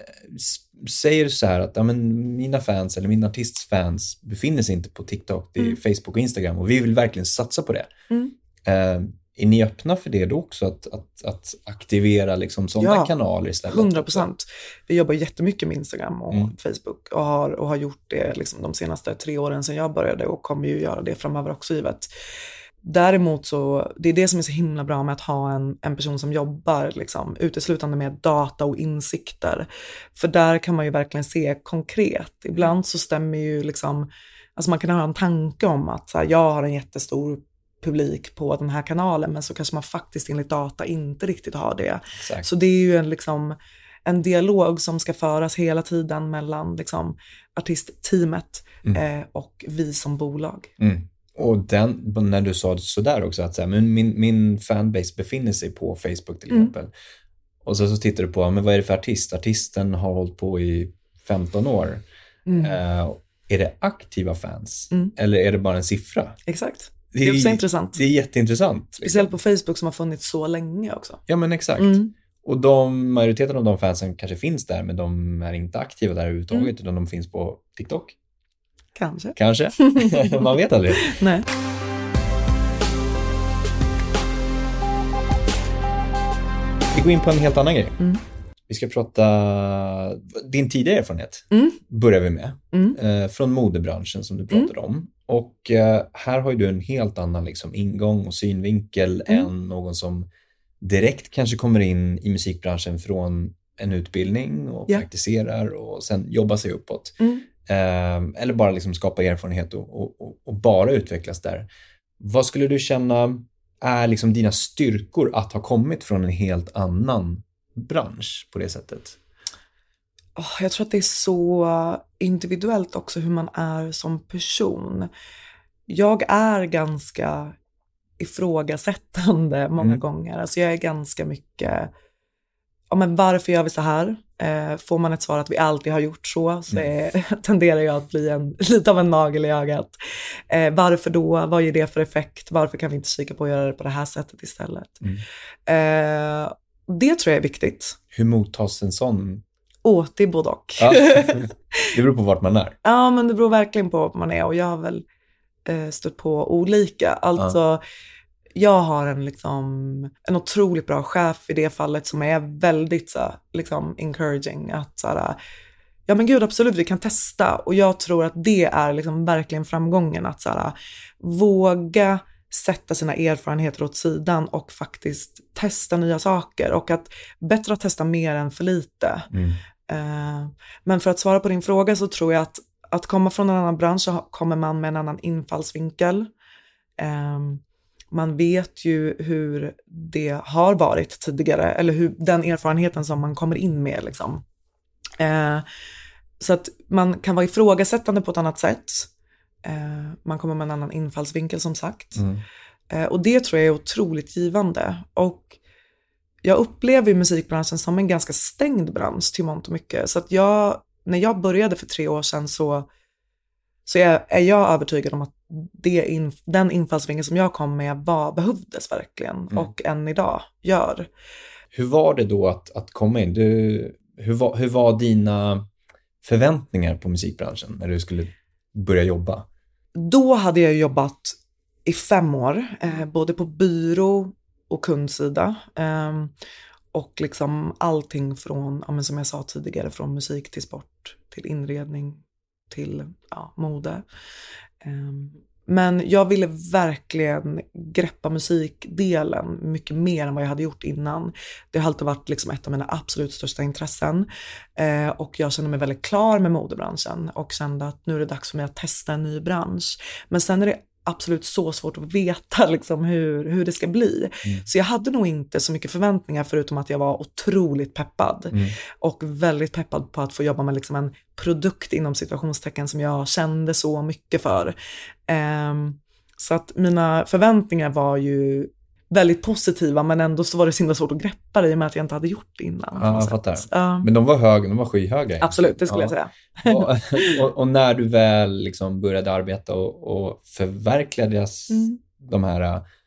säger så här att ja, men mina fans eller min artists fans befinner sig inte på TikTok, det är mm. Facebook och Instagram och vi vill verkligen satsa på det. Mm. Eh, Är ni öppna för det då också? Att, att, att aktivera liksom sådana ja, kanaler istället? hundra procent. Vi jobbar jättemycket med Instagram och mm. Facebook. Och har, och har gjort det liksom de senaste tre åren sedan jag började. Och kommer ju göra det framöver också givet. Däremot så, det är det som är så himla bra med att ha en, en person som jobbar liksom, uteslutande med data och insikter. För där kan man ju verkligen se konkret. Ibland så stämmer ju liksom, alltså man kan ha en tanke om att så här, jag har en jättestor publik på den här kanalen, men så kanske man faktiskt enligt data inte riktigt har det. Exakt. Så det är ju en, liksom, en dialog som ska föras hela tiden mellan liksom, artistteamet mm. eh, och vi som bolag. Mm. Och den, när du sa sådär också, att så här, men min, min fanbase befinner sig på Facebook till exempel. Mm. Och så, så tittar du på, men vad är det för artist? Artisten har hållit på i femton år. Mm. Eh, är det aktiva fans? Mm. Eller är det bara en siffra? Exakt. Det är, det är också intressant. Det är jätteintressant. Liksom. Speciellt på Facebook som har funnits så länge också. Ja, men exakt. Mm. Och de, majoriteten av de fansen kanske finns där, men de är inte aktiva där överhuvudtaget, mm. utan de finns på TikTok. Kanske. Kanske. Man vet aldrig. Nej. Vi går in på en helt annan grej. Mm. Vi ska prata din tidigare erfarenhet. Mm. Börjar vi med. Mm. Eh, från modebranschen som du pratade mm. om. Och eh, här har ju du en helt annan liksom, ingång och synvinkel mm. än någon som direkt kanske kommer in i musikbranschen från en utbildning och yeah. praktiserar och sen jobbar sig uppåt. Mm. Eh, eller bara liksom skapa erfarenhet och, och, och, och bara utvecklas där. Vad skulle du känna är liksom dina styrkor att ha kommit från en helt annan bransch på det sättet? Oh, jag tror att det är så individuellt också hur man är som person. Jag är ganska ifrågasättande många Mm. gånger. Alltså jag är ganska mycket, ja men varför gör vi så här? Eh, får man ett svar att vi alltid har gjort så, så är, tenderar jag att bli en, lite av en nagel i ögat. Eh, varför då? Vad ger det för effekt? Varför kan vi inte kika på att göra det på det här sättet istället? Mm. Eh, det tror jag är viktigt. Hur mottas en sån? Åh, det är både och. Ja, det beror på vart man är. Ja, men det beror verkligen på vart man är. Och jag har väl eh, stött på olika. Alltså, ja. Jag har en, liksom, en otroligt bra chef i det fallet som är väldigt så, liksom, encouraging. Att så här, ja men gud, absolut, vi kan testa. Och jag tror att det är liksom verkligen framgången. Att så här, våga sätta sina erfarenheter åt sidan och faktiskt testa nya saker. Och att bättre att testa mer än för lite. Mm. Uh, men för att svara på din fråga så tror jag att att komma från en annan bransch så kommer man med en annan infallsvinkel. Um, man vet ju hur det har varit tidigare. Eller hur den erfarenheten som man kommer in med. Liksom. Uh, så att man kan vara ifrågasättande på ett annat sätt. Uh, man kommer med en annan infallsvinkel som sagt. Mm. Uh, och det tror jag är otroligt givande. Och jag upplever ju musikbranschen som en ganska stängd bransch till mångt och mycket. Så att jag, när jag började för tre år sedan så, så är, är jag övertygad om att det in, den infallsvinkeln som jag kom med var, behövdes verkligen. Mm. Och än idag gör. Hur var det då att, att komma in? Du, hur, var, hur var dina förväntningar på musikbranschen när du skulle börja jobba? Då hade jag jobbat i fem år. Eh, både på byrå och kundsida. Um, och liksom allting från, ja, men som jag sa tidigare, från musik till sport, till inredning, till ja, mode. Um, men jag ville verkligen greppa musikdelen mycket mer än vad jag hade gjort innan. Det har alltid varit liksom ett av mina absolut största intressen. Uh, och jag kände mig väldigt klar med modebranschen och kände att nu är det dags för mig att testa en ny bransch. Men sen är det absolut så svårt att veta liksom hur, hur det ska bli. Mm. Så jag hade nog inte så mycket förväntningar förutom att jag var otroligt peppad. Mm. Och väldigt peppad på att få jobba med liksom en produkt inom situationstecken som jag kände så mycket för. Um, så att mina förväntningar var ju väldigt positiva, men ändå så var det så himla svårt att greppa det i och med att jag inte hade gjort det innan. Ja, jag fattar. Uh, men de var höga, de var skyhöga. Absolut, det skulle ja. jag säga. och, och, och när du väl liksom började arbeta och, och förverkligades mm. de här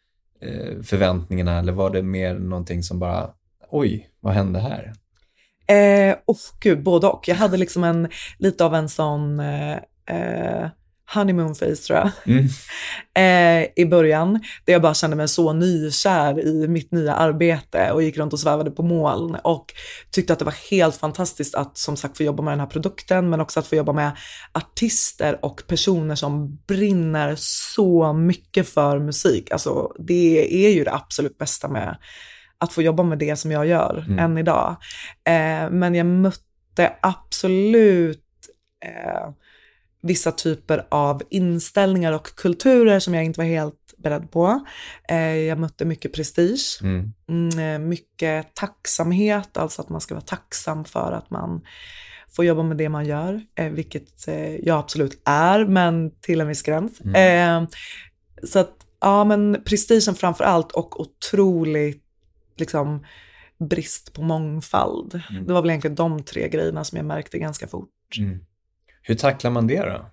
eh, förväntningarna, eller var det mer någonting som bara, oj, vad hände här? Eh, oh, gud, både och. Jag hade liksom en, lite av en sån... Eh, eh, honeymoon face tror jag mm. eh, i början, där jag bara kände mig så nykär i mitt nya arbete och gick runt och svävade på moln och tyckte att det var helt fantastiskt att som sagt få jobba med den här produkten, men också att få jobba med artister och personer som brinner så mycket för musik. Alltså det är ju det absolut bästa med att få jobba med det som jag gör mm. än idag. Eh, men jag mötte absolut eh, vissa typer av inställningar och kulturer som jag inte var helt beredd på. Eh, jag mötte mycket prestige. Mm. Mm, mycket tacksamhet. Alltså att man ska vara tacksam för att man får jobba med det man gör. Eh, vilket eh, jag absolut är, men till en viss gräns. Mm. Eh, så att, ja men prestigen framför allt och otroligt liksom brist på mångfald. Mm. Det var väl egentligen de tre grejerna som jag märkte ganska fort. Mm. Hur tacklar man det då?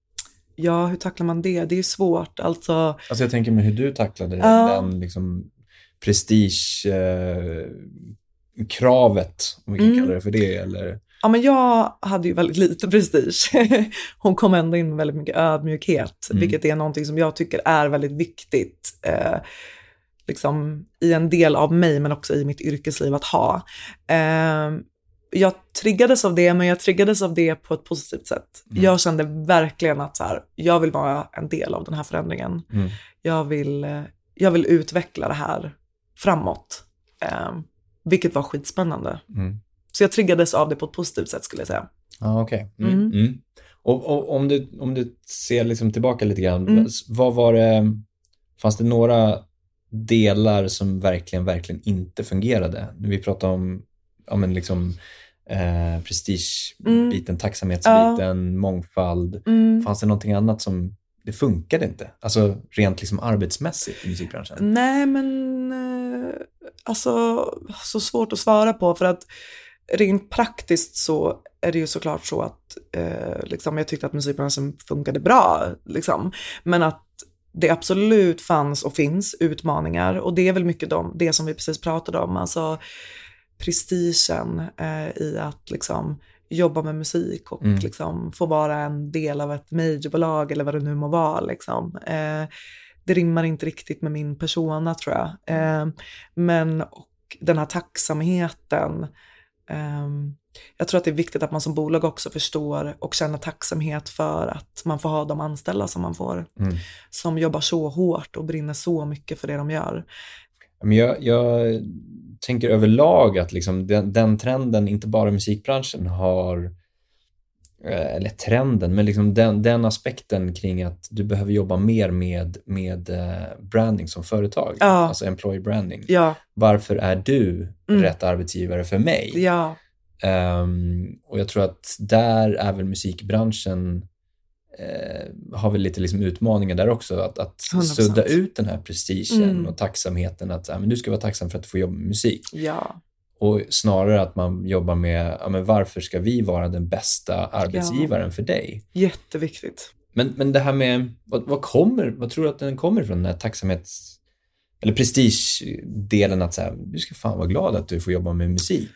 Ja, hur tacklar man det? Det är ju svårt. Alltså, alltså jag tänker mig hur du tacklade uh, den liksom prestige eh, kravet, om vi kan mm. kalla det för det. Eller? Ja, men jag hade ju väldigt lite prestige. Hon kom ändå in med väldigt mycket ödmjukhet, mm. vilket är någonting som jag tycker är väldigt viktigt eh, liksom, i en del av mig, men också i mitt yrkesliv att ha. Eh, Jag triggades av det, men jag triggades av det på ett positivt sätt. Mm. Jag kände verkligen att så här, jag vill vara en del av den här förändringen. Mm. Jag, vill, jag vill utveckla det här framåt. Eh, vilket var skitspännande. Mm. Så jag triggades av det på ett positivt sätt skulle jag säga. Ah, okej. Okay. Mm. Mm. Mm. Och, och om, du, om du ser liksom tillbaka lite grann. Mm. Vad var det, fanns det några delar som verkligen, verkligen inte fungerade? När vi pratar om ja, men liksom, eh, prestigebiten, mm. tacksamhetsbiten, ja. mångfald. Mm. Fanns det någonting annat som det funkade inte. Alltså rent liksom arbetsmässigt i musikbranschen. Nej, men eh, alltså så svårt att svara på, för att rent praktiskt så är det ju såklart så att eh, liksom, jag tyckte att musikbranschen funkade bra, liksom. Men att det absolut fanns och finns utmaningar, och det är väl mycket de, det som vi precis pratade om, alltså prestigen eh, i att liksom jobba med musik och mm. liksom få vara en del av ett majorbolag eller vad det nu må vara. Liksom. Eh, det rimmar inte riktigt med min persona, tror jag. Eh, men och den här tacksamheten, eh, jag tror att det är viktigt att man som bolag också förstår och känner tacksamhet för att man får ha de anställda som man får. Mm. Som jobbar så hårt och brinner så mycket för det de gör. Men jag, jag tänker överlag att liksom den, den trenden, inte bara musikbranschen har, eller trenden, men liksom den, den aspekten kring att du behöver jobba mer med, med branding som företag. Ja. Alltså employee branding. Ja. Varför är du mm. rätt arbetsgivare för mig? Ja. Um, och jag tror att där är väl musikbranschen eh, har väl lite liksom utmaningar där också, att, att sudda ut den här prestigen mm. och tacksamheten att ja, men du ska vara tacksam för att du får jobba med musik. Ja. Och snarare att man jobbar med ja, men varför ska vi vara den bästa arbetsgivaren ja. för dig? Jätteviktigt. Men, men det här med vad, vad kommer, vad tror du att den kommer från, den här tacksamhets eller prestigedelen, att så här, du ska fan vara glad att du får jobba med musik?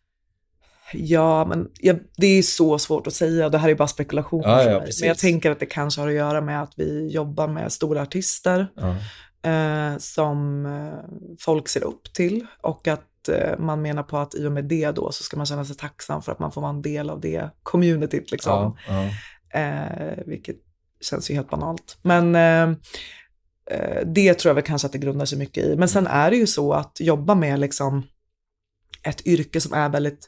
Ja, men ja, det är så svårt att säga. Det här är bara spekulation. Ja, ja, men jag tänker att det kanske har att göra med att vi jobbar med stora artister ja. eh, som eh, folk ser upp till. Och att eh, man menar på att i och med det då så ska man känna sig tacksam för att man får vara en del av det communityt. Liksom. Ja, ja. Eh, vilket känns ju helt banalt. Men eh, det tror jag väl kanske att det grundar sig mycket i. Men sen är det ju så att jobba med liksom ett yrke som är väldigt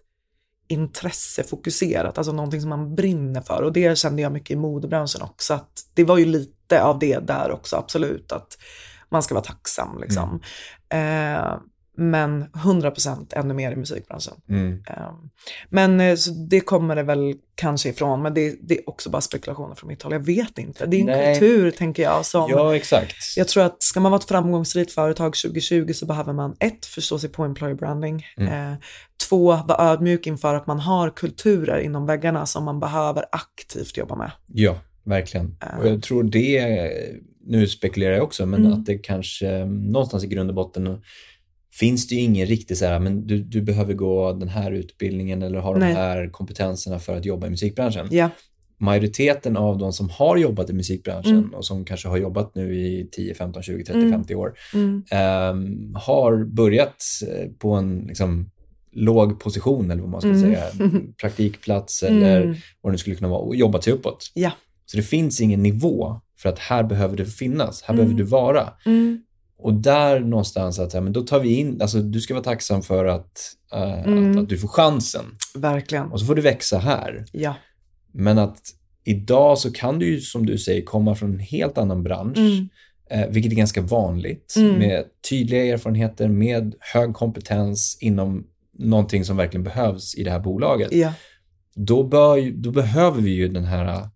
intressefokuserat, alltså någonting som man brinner för, och det kände jag mycket i modebranschen också, att det var ju lite av det där också, absolut, att man ska vara tacksam liksom. Mm. Eh, men hundra procent ännu mer i musikbranschen. Mm. Eh, men så det kommer det väl kanske ifrån, men det, det är också bara spekulationer från mitt håll, jag vet inte. Det är en Nej. kultur, tänker jag, som ja, exakt. Jag tror att ska man vara ett framgångsrikt företag tjugo tjugo så behöver man ett, förstå sig på employer branding. Mm. Eh, två, vara ödmjuk inför att man har kulturer inom väggarna som man behöver aktivt jobba med. Ja, verkligen. Uh. Och jag tror det, nu spekulerar jag också, men mm. att det kanske någonstans i grund och botten finns det ju ingen riktigt så här, men du, du behöver gå den här utbildningen eller ha Nej. de här kompetenserna för att jobba i musikbranschen. Ja. Majoriteten av de som har jobbat i musikbranschen mm. och som kanske har jobbat nu i tio, femton, tjugo, trettio, mm. femtio år mm. um, har börjat på en liksom låg position, eller vad man ska mm. säga, praktikplats eller mm. vad det skulle kunna vara, och jobbat sig uppåt. Ja. Så det finns ingen nivå för att här behöver det finnas, här mm. behöver du vara. Mm. Och där någonstans att ja, men då tar vi in, alltså du ska vara tacksam för att, uh, mm. att, att du får chansen. Verkligen. Och så får du växa här. Ja. Men att idag så kan du ju, som du säger, komma från en helt annan bransch, mm. eh, vilket är ganska vanligt, mm. med tydliga erfarenheter, med hög kompetens inom någonting som verkligen behövs i det här bolaget. Ja. Då, bör, då behöver vi ju den här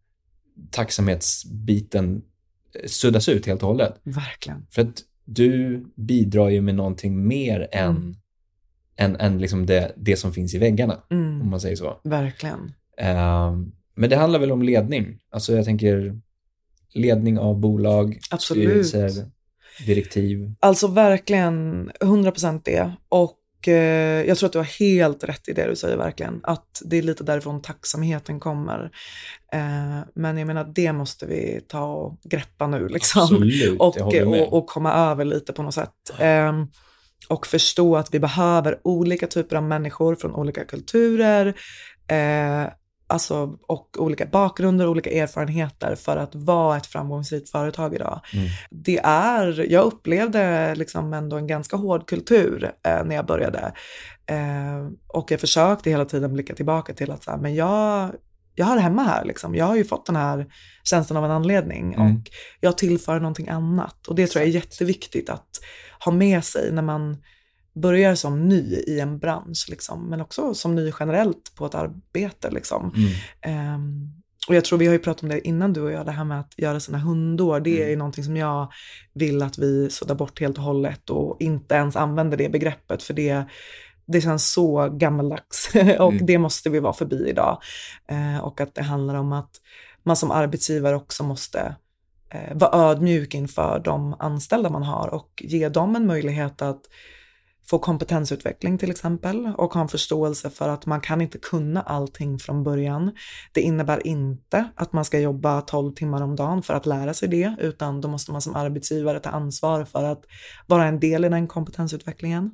tacksamhetsbiten suddas ut helt och hållet. Verkligen. För att du bidrar ju med någonting mer än, mm. än, än liksom det, det som finns i väggarna, mm. om man säger så. Verkligen. Um, men det handlar väl om ledning. Alltså jag tänker ledning av bolag, Absolut. styrelser, direktiv. Alltså verkligen hundra procent det. Och eh, jag tror att du har helt rätt i det du säger, verkligen. Att det är lite därifrån tacksamheten kommer. Eh, men jag menar, det måste vi ta och greppa nu. Liksom. Absolut, och, och, och komma över lite på något sätt. Eh, och förstå att vi behöver olika typer av människor från olika kulturer. Eh, Alltså, och olika bakgrunder, olika erfarenheter för att vara ett framgångsrikt företag idag. Mm. Det är, jag upplevde liksom ändå en ganska hård kultur eh, när jag började. Eh, och jag försökte hela tiden blicka tillbaka till att så här, men jag, jag har det hemma här. Liksom. Jag har ju fått den här känslan av en anledning. Mm. Och jag tillför någonting annat. Och det tror jag är jätteviktigt att ha med sig när man börjar som ny i en bransch, liksom, men också som ny generellt på ett arbete. Liksom. Mm. Um, Och jag tror vi har ju pratat om det innan du och jag, det här med att göra sina hundår. Det är ju mm. någonting som jag vill att vi suddar bort helt och hållet och inte ens använder det begreppet. För det, det känns så gammaldags och mm. det måste vi vara förbi idag. Eh, och att det handlar om att man som arbetsgivare också måste eh, vara ödmjuk inför de anställda man har och ge dem en möjlighet att få kompetensutveckling till exempel och ha en förståelse för att man kan inte kunna allting från början. Det innebär inte att man ska jobba tolv timmar om dagen för att lära sig det, utan då måste man som arbetsgivare ta ansvar för att vara en del i den kompetensutvecklingen.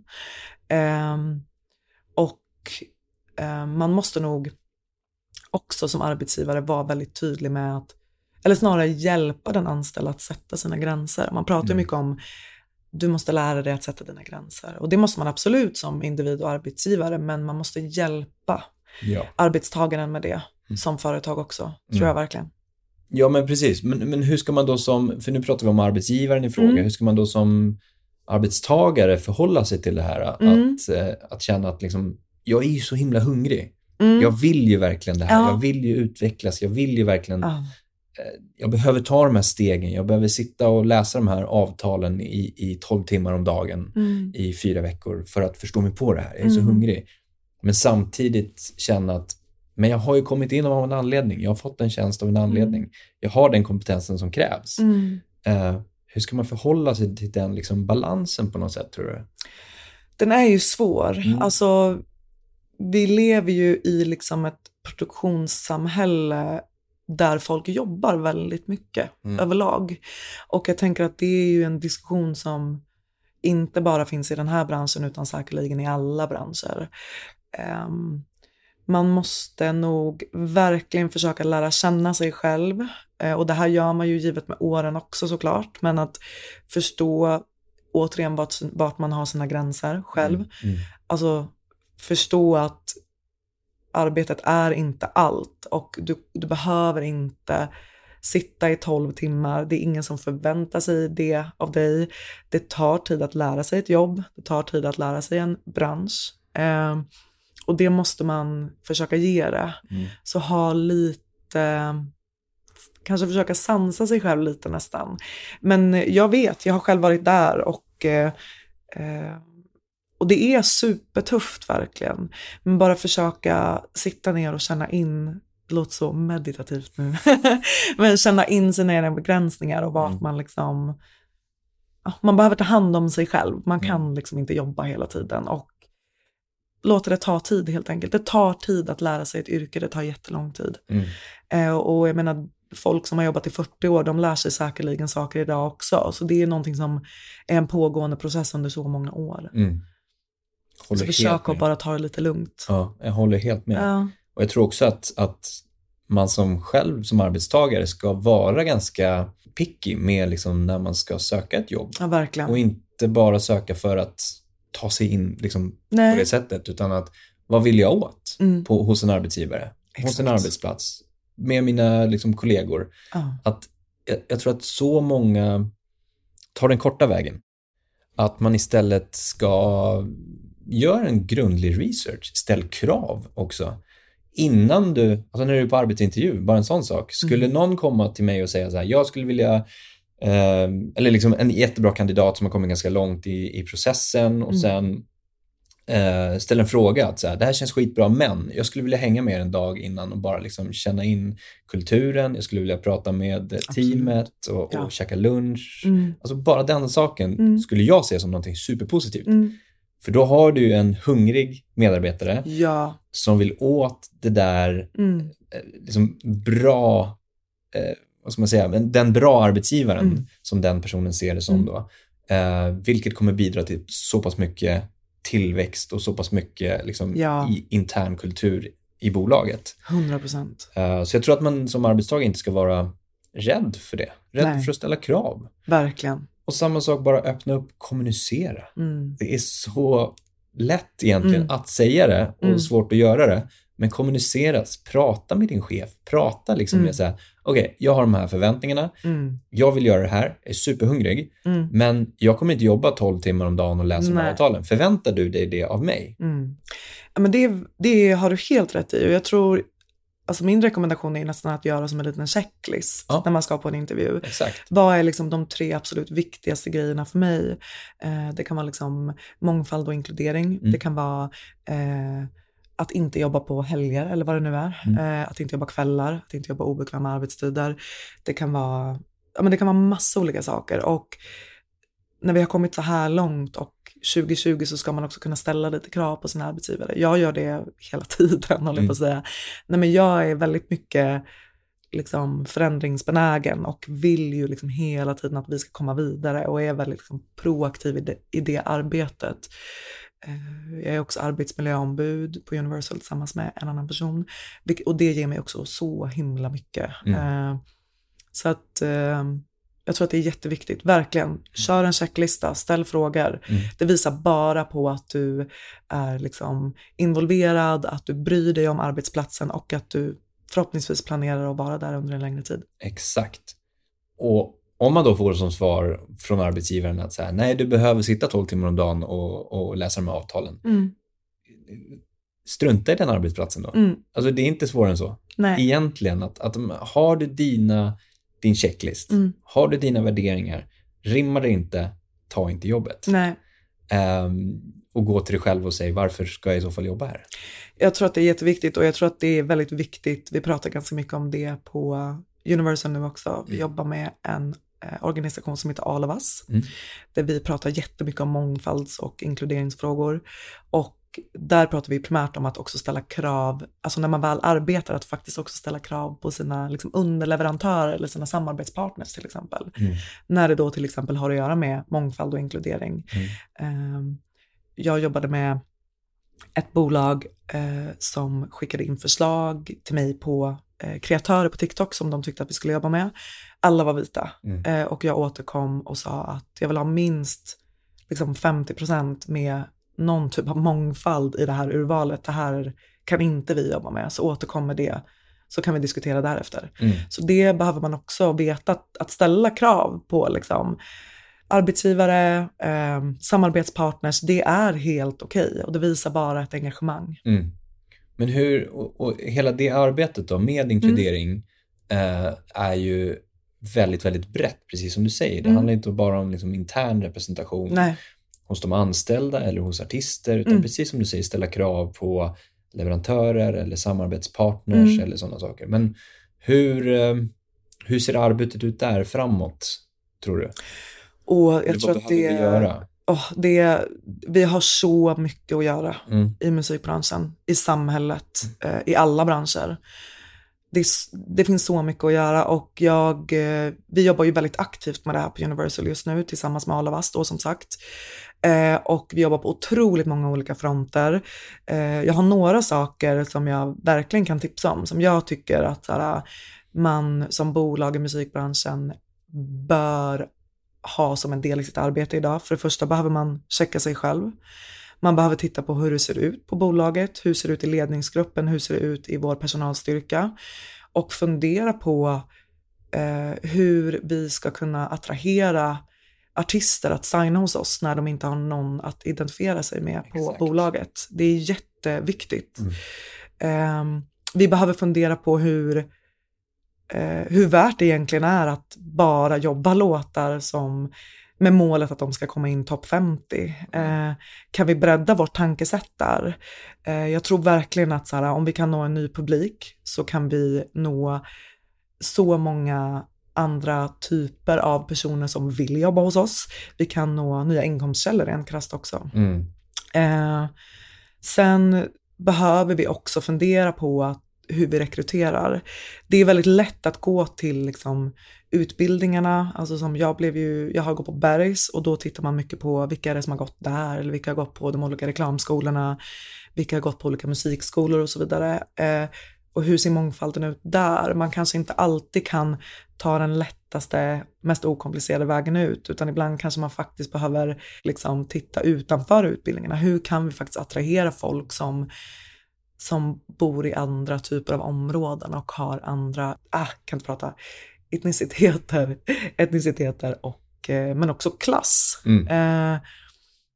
Um, och um, man måste nog också som arbetsgivare vara väldigt tydlig med att, eller snarare hjälpa den anställda att sätta sina gränser. Man pratar ju mm. mycket om du måste lära dig att sätta dina gränser. Och det måste man absolut som individ och arbetsgivare, men man måste hjälpa ja. arbetstagaren med det mm. som företag också, tror mm. jag verkligen. Ja, men precis. Men, men hur ska man då som, för nu pratar vi om arbetsgivaren i fråga, mm. hur ska man då som arbetstagare förhålla sig till det här? Mm. Att, att känna att liksom, jag är ju så himla hungrig. Mm. Jag vill ju verkligen det här. Ja. Jag vill ju utvecklas. Jag vill ju verkligen... Ja. Jag behöver ta de här stegen. Jag behöver sitta och läsa de här avtalen i, i tolv timmar om dagen mm. i fyra veckor för att förstå mig på det här. Jag är mm. så hungrig. Men samtidigt känna att men jag har ju kommit in av en anledning. Jag har fått en tjänst av en anledning. Mm. Jag har den kompetensen som krävs. Mm. Uh, hur ska man förhålla sig till den liksom, balansen på något sätt, tror du? Den är ju svår. Mm. Alltså, vi lever ju i liksom ett produktionssamhälle där folk jobbar väldigt mycket mm. överlag. Och jag tänker att det är ju en diskussion som inte bara finns i den här branschen utan säkerligen i alla branscher. Um, man måste nog verkligen försöka lära känna sig själv. Uh, och det här gör man ju givet med åren också såklart. Men att förstå återigen vart, vart man har sina gränser själv. Mm. Mm. Alltså förstå att arbetet är inte allt och du, du behöver inte sitta i tolv timmar. Det är ingen som förväntar sig det av dig. Det tar tid att lära sig ett jobb. Det tar tid att lära sig en bransch. Eh, och det måste man försöka ge det. Mm. Så ha lite... Kanske försöka sansa sig själv lite nästan. Men jag vet, jag har själv varit där och... Eh, eh, Och det är supertufft verkligen. Men bara försöka sitta ner och känna in, det låter så meditativt nu. Men känna in sina egna begränsningar och vart mm. man liksom, man behöver ta hand om sig själv. Man kan mm. liksom inte jobba hela tiden och låta det ta tid helt enkelt. Det tar tid att lära sig ett yrke, det tar jättelång tid. Mm. Eh, och jag menar, folk som har jobbat i fyrtio år, de lär sig säkerligen saker idag också. Så det är någonting som är en pågående process under så många år. Mm. Så försök att bara ta det lite lugnt. Ja, jag håller helt med. Ja. Och jag tror också att, att man som själv som arbetstagare ska vara ganska picky med liksom när man ska söka ett jobb. Ja, verkligen. Och inte bara söka för att ta sig in liksom på det sättet. Utan att, vad vill jag åt mm. på, hos en arbetsgivare? Exakt. Hos en arbetsplats? Med mina liksom, kollegor. Ja. Att, jag, jag tror att så många tar den korta vägen. Att man istället ska... Gör en grundlig research. Ställ krav också. Innan du, alltså när du är på arbetsintervju, bara en sån sak. Skulle mm. någon komma till mig och säga så här, jag skulle vilja, eh, eller liksom en jättebra kandidat som har kommit ganska långt i, i processen och mm. sen eh, ställa en fråga att så här, det här känns skitbra, men jag skulle vilja hänga med er en dag innan och bara liksom känna in kulturen. Jag skulle vilja prata med Absolut. teamet och, och ja. käka lunch. Mm. Alltså bara den saken mm. skulle jag se som någonting superpositivt. Mm. För då har du en hungrig medarbetare ja. som vill åt det där mm. liksom bra, eh, vad ska man säga, den bra arbetsgivaren mm. som den personen ser det som mm. då. Eh, vilket kommer bidra till så pass mycket tillväxt och så pass mycket liksom, ja. i intern kultur i bolaget. hundra procent. Eh, så jag tror att man som arbetstagare inte ska vara rädd för det. Rädd Nej. för att ställa krav. Verkligen. Och samma sak, bara öppna upp, kommunicera. Mm. Det är så lätt egentligen mm. att säga det och mm. svårt att göra det. Men kommuniceras, prata med din chef. Prata liksom mm. med så här, okej, okay, jag har de här förväntningarna. Mm. Jag vill göra det här, jag är superhungrig. Mm. Men jag kommer inte jobba tolv timmar om dagen och läsa de här avtalen. Förväntar du dig det av mig? Mm. Ja, men det, det har du helt rätt i. Och jag tror alltså min rekommendation är nästan att göra som en liten checklist ja. när man ska på en intervju. Exakt. Vad är liksom de tre absolut viktigaste grejerna för mig? Eh, det kan vara liksom mångfald och inkludering. Mm. Det kan vara eh, att inte jobba på helger eller vad det nu är. Mm. Eh, att inte jobba kvällar, att inte jobba obekväma arbetstider. Det kan vara, ja, men det kan vara massa olika saker. Och när vi har kommit så här långt och tjugo tjugo så ska man också kunna ställa lite krav på sina arbetsgivare. Jag gör det hela tiden, håller jag på att säga. Nej, men jag är väldigt mycket liksom förändringsbenägen och vill ju liksom hela tiden att vi ska komma vidare och är väldigt liksom proaktiv i det, i det arbetet. Jag är också arbetsmiljöombud på Universal tillsammans med en annan person. Och det ger mig också så himla mycket. Mm. Så att jag tror att det är jätteviktigt. Verkligen, kör en checklista, ställ frågor. Mm. Det visar bara på att du är liksom involverad, att du bryr dig om arbetsplatsen och att du förhoppningsvis planerar att vara där under en längre tid. Exakt. Och om man då får som svar från arbetsgivaren att säga, nej, du behöver sitta tolv timmar om dagen och, och läsa de här avtalen. Mm. Strunta i den arbetsplatsen då. Mm. Alltså det är inte svårare än så. Nej. Egentligen, att, att har du dina, din checklist, mm. har du dina värderingar, rimmar det inte, ta inte jobbet. Nej. Um, och gå till dig själv och säg, varför ska jag i så fall jobba här? Jag tror att det är jätteviktigt och jag tror att det är väldigt viktigt. Vi pratar ganska mycket om det på Universal nu också. Vi mm. jobbar med en eh, organisation som heter All of Us. Mm. Där vi pratar jättemycket om mångfalds- och inkluderingsfrågor. Och där pratar vi primärt om att också ställa krav, alltså när man väl arbetar, att faktiskt också ställa krav på sina liksom, underleverantörer eller sina samarbetspartners till exempel. Mm. När det då till exempel har att göra med mångfald och inkludering. Mm. Um, jag jobbade med ett bolag eh, som skickade in förslag till mig på eh, kreatörer på TikTok som de tyckte att vi skulle jobba med. Alla var vita. Mm. Eh, och jag återkom och sa att jag vill ha minst liksom, femtio procent med någon typ av mångfald i det här urvalet. Det här kan inte vi jobba med. Så återkommer det. Så kan vi diskutera därefter. Mm. Så det behöver man också veta. Att, att ställa krav på liksom, arbetsgivare, eh, samarbetspartners. Det är helt okej. Och det visar bara ett engagemang. Mm. Men hur, och, och hela det arbetet då med inkludering mm. eh, är ju väldigt, väldigt brett. Precis som du säger. Det mm. handlar inte bara om liksom, intern representation. Nej. Hos de anställda eller hos artister, utan mm. precis som du säger, ställa krav på leverantörer eller samarbetspartners mm. eller sådana saker. Men hur, hur ser arbetet ut där framåt, tror du? Och jag eller tror att det, vi, göra? Oh, det vi har så mycket att göra mm. i musikbranschen, i samhället, mm. eh, i alla branscher. Det, det finns så mycket att göra och jag, vi jobbar ju väldigt aktivt med det här på Universal just nu tillsammans med All of Us då, som sagt. Eh, och vi jobbar på otroligt många olika fronter. Eh, jag har några saker som jag verkligen kan tipsa om, som jag tycker att såhär, man som bolag i musikbranschen bör ha som en del i sitt arbete idag. För det första behöver man checka sig själv. Man behöver titta på hur det ser ut på bolaget, hur ser det ut i ledningsgruppen, hur ser det ut i vår personalstyrka och fundera på eh, hur vi ska kunna attrahera artister att signa hos oss när de inte har någon att identifiera sig med på Exakt. Bolaget. Det är jätteviktigt. Mm. Eh, vi behöver fundera på hur, eh, hur värt det egentligen är att bara jobba låtar som med målet att de ska komma in topp femtio. Eh, kan vi bredda vårt tankesätt där? Eh, jag tror verkligen att så här, om vi kan nå en ny publik så kan vi nå så många andra typer av personer som vill jobba hos oss. Vi kan nå nya inkomstkällor rent krasst också. Mm. Eh, sen behöver vi också fundera på att hur vi rekryterar. Det är väldigt lätt att gå till liksom, utbildningarna. Alltså som jag blev ju, jag har gått på Bergs och då tittar man mycket på vilka är det som har gått där eller vilka har gått på de olika reklamskolorna, vilka har gått på olika musikskolor och så vidare. Eh, och hur ser mångfalden ut där? Man kanske inte alltid kan ta den lättaste, mest okomplicerade vägen ut, utan ibland kanske man faktiskt behöver liksom, titta utanför utbildningarna. Hur kan vi faktiskt attrahera folk som som bor i andra typer av områden och har andra, ah, kan inte prata, etniciteter, etniciteter och, eh, men också klass. Mm. Eh,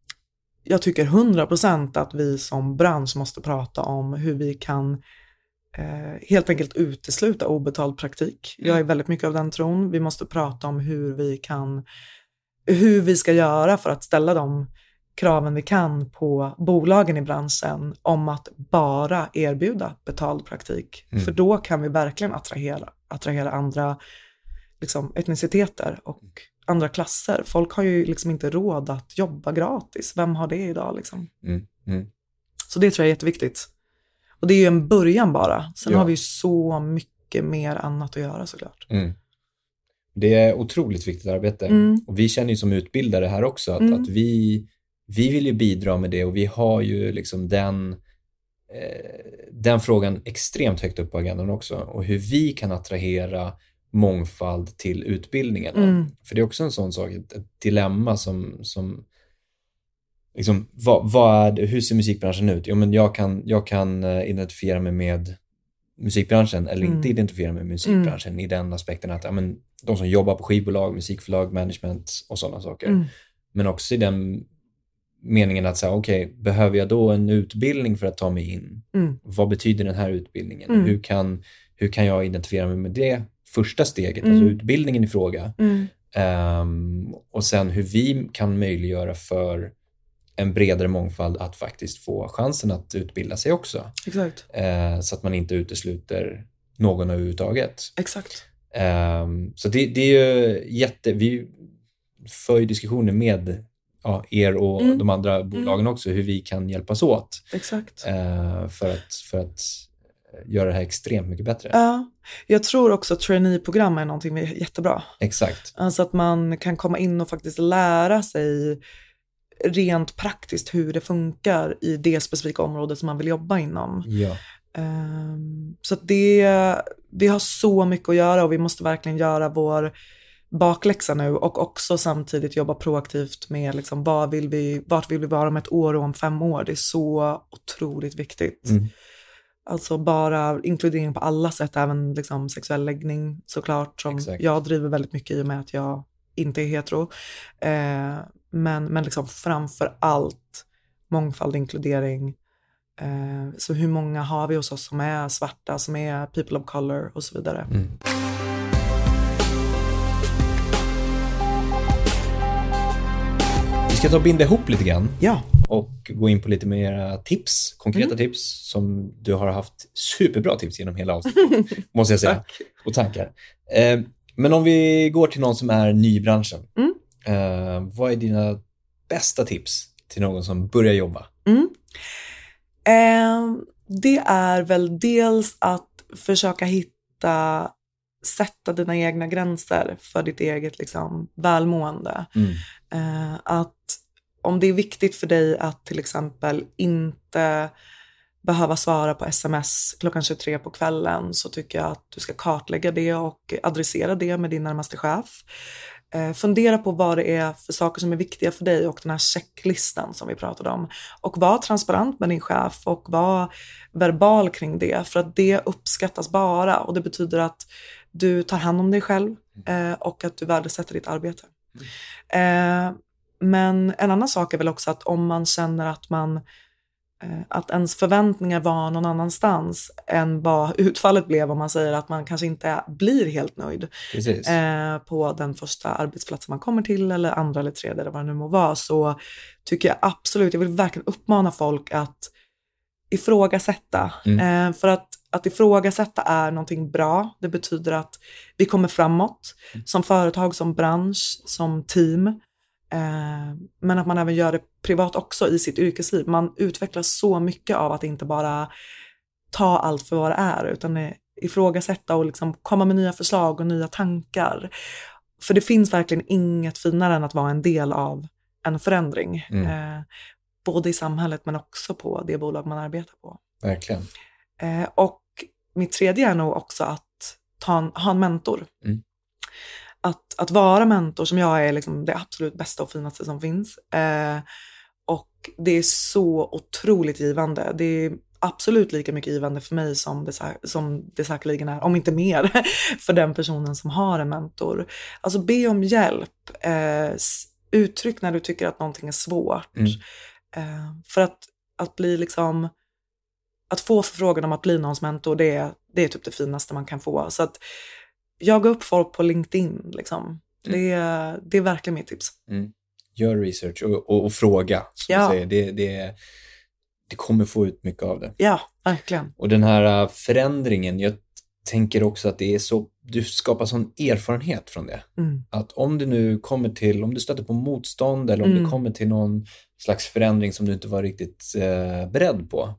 jag tycker hundra procent att vi som bransch måste prata om hur vi kan eh, helt enkelt utesluta obetald praktik. Jag är väldigt mycket av den tron. Vi måste prata om hur vi kan, hur vi ska göra för att ställa de kraven vi kan på bolagen i branschen om att bara erbjuda betald praktik. Mm. För då kan vi verkligen attrahera, attrahera andra liksom, etniciteter och andra klasser. Folk har ju liksom inte råd att jobba gratis. Vem har det idag liksom? Mm. Mm. Så det tror jag är jätteviktigt. Och det är ju en början bara. Sen ja. har vi ju så mycket mer annat att göra såklart. Mm. Det är otroligt viktigt arbete. Mm. Och vi känner ju som utbildare här också att, mm. att vi, vi vill ju bidra med det. Och vi har ju liksom den, eh, den frågan extremt högt upp på agendan också. Och hur vi kan attrahera mångfald till utbildningen. Mm. För det är också en sån sak, ett, ett dilemma som, som liksom, vad, vad är det, hur ser musikbranschen ut? Jo, men jag kan, jag kan identifiera mig med musikbranschen eller mm. inte identifiera mig med musikbranschen mm. i den aspekten att ja, men, de som jobbar på skivbolag, musikförlag, management och sådana saker. Mm. Men också i den meningen att säga, okej, okay, behöver jag då en utbildning för att ta mig in? Mm. Vad betyder den här utbildningen? Mm. Hur kan, hur kan jag identifiera mig med det första steget, mm. alltså utbildningen i fråga. Mm. Um, och sen hur vi kan möjliggöra för en bredare mångfald att faktiskt få chansen att utbilda sig också. Exakt. Uh, så att man inte utesluter någon överhuvudtaget. Exakt. Um, så det, det är ju jätte... Vi för ju diskussioner med ja, er och mm. de andra bolagen mm. också, hur vi kan hjälpas åt. Exakt. Uh, för att... För att göra det här extremt mycket bättre. Ja, jag tror också att trainee-program är någonting jättebra. Exakt. Alltså att man kan komma in och faktiskt lära sig rent praktiskt hur det funkar i det specifika området som man vill jobba inom. Ja. Um, så att det, vi har så mycket att göra och vi måste verkligen göra vår bakläxa nu och också samtidigt jobba proaktivt med liksom, vad vill vi, vart vill vi vara om ett år och om fem år. Det är så otroligt viktigt. Mm. Alltså bara inkludering på alla sätt, även liksom sexuell läggning såklart, som Exakt. jag driver väldigt mycket i och med att jag inte är hetero. Eh, men, men liksom framför allt mångfald, inkludering. Eh, så hur många har vi hos oss som är svarta, som är people of color och så vidare. Mm. Vi ska ta och binda ihop lite grann. Ja. Och gå in på lite mer tips, konkreta mm. tips som du har haft superbra tips genom hela avsnittet, måste jag säga. Tack. Och tankar. Eh, men om vi går till någon som är ny i branschen. Mm. Eh, vad är dina bästa tips till någon som börjar jobba? Mm. Eh, det är väl dels att försöka hitta, sätta dina egna gränser för ditt eget liksom, välmående. Mm. Eh, att om det är viktigt för dig att till exempel inte behöva svara på sms klockan tjugotre på kvällen, så tycker jag att du ska kartlägga det och adressera det med din närmaste chef. Eh, fundera på vad det är för saker som är viktiga för dig och den här checklistan som vi pratade om. Och var transparent med din chef och var verbal kring det, för att det uppskattas bara och det betyder att du tar hand om dig själv eh, och att du värdesätter ditt arbete. Eh, Men en annan sak är väl också att om man känner att man att ens förväntningar var någon annanstans än vad utfallet blev, om man säger att man kanske inte blir helt nöjd eh, på den första arbetsplatsen man kommer till, eller andra eller tredje eller vad det nu må vara, så tycker jag absolut, jag vill verkligen uppmana folk att ifrågasätta. Mm. Eh, för att, att ifrågasätta är någonting bra. Det betyder att vi kommer framåt mm. som företag, som bransch, som team. Men att man även gör det privat också i sitt yrkesliv. Man utvecklas så mycket av att inte bara ta allt för vad det är, utan ifrågasätta och liksom komma med nya förslag och nya tankar. För det finns verkligen inget finare än att vara en del av en förändring. Mm. Eh, både i samhället men också på det bolag man arbetar på. Verkligen. Eh, och mitt tredje är nog också att ta en, ha en mentor. Mm. Att, att vara mentor, som jag är liksom det absolut bästa och finaste som finns. Eh, och det är så otroligt givande. Det är absolut lika mycket givande för mig som det, som det säkerligen är, om inte mer, för den personen som har en mentor. Alltså be om hjälp. Eh, uttryck när du tycker att någonting är svårt. Mm. Eh, för att, att bli liksom... att få förfrågan om att bli någons mentor, det är, det är typ det finaste man kan få. Så att jaga upp folk på LinkedIn liksom. Mm. Det, är, det är verkligen mitt tips. Mm. Gör research och, och, och fråga. Som ja. säger. Det, det, det kommer få ut mycket av det. Ja, verkligen. Och den här förändringen, jag tänker också att det är så, du skapar sån erfarenhet från det. Mm. Att om du nu kommer till, om du stöter på motstånd eller om mm. du kommer till någon slags förändring som du inte var riktigt eh, beredd på.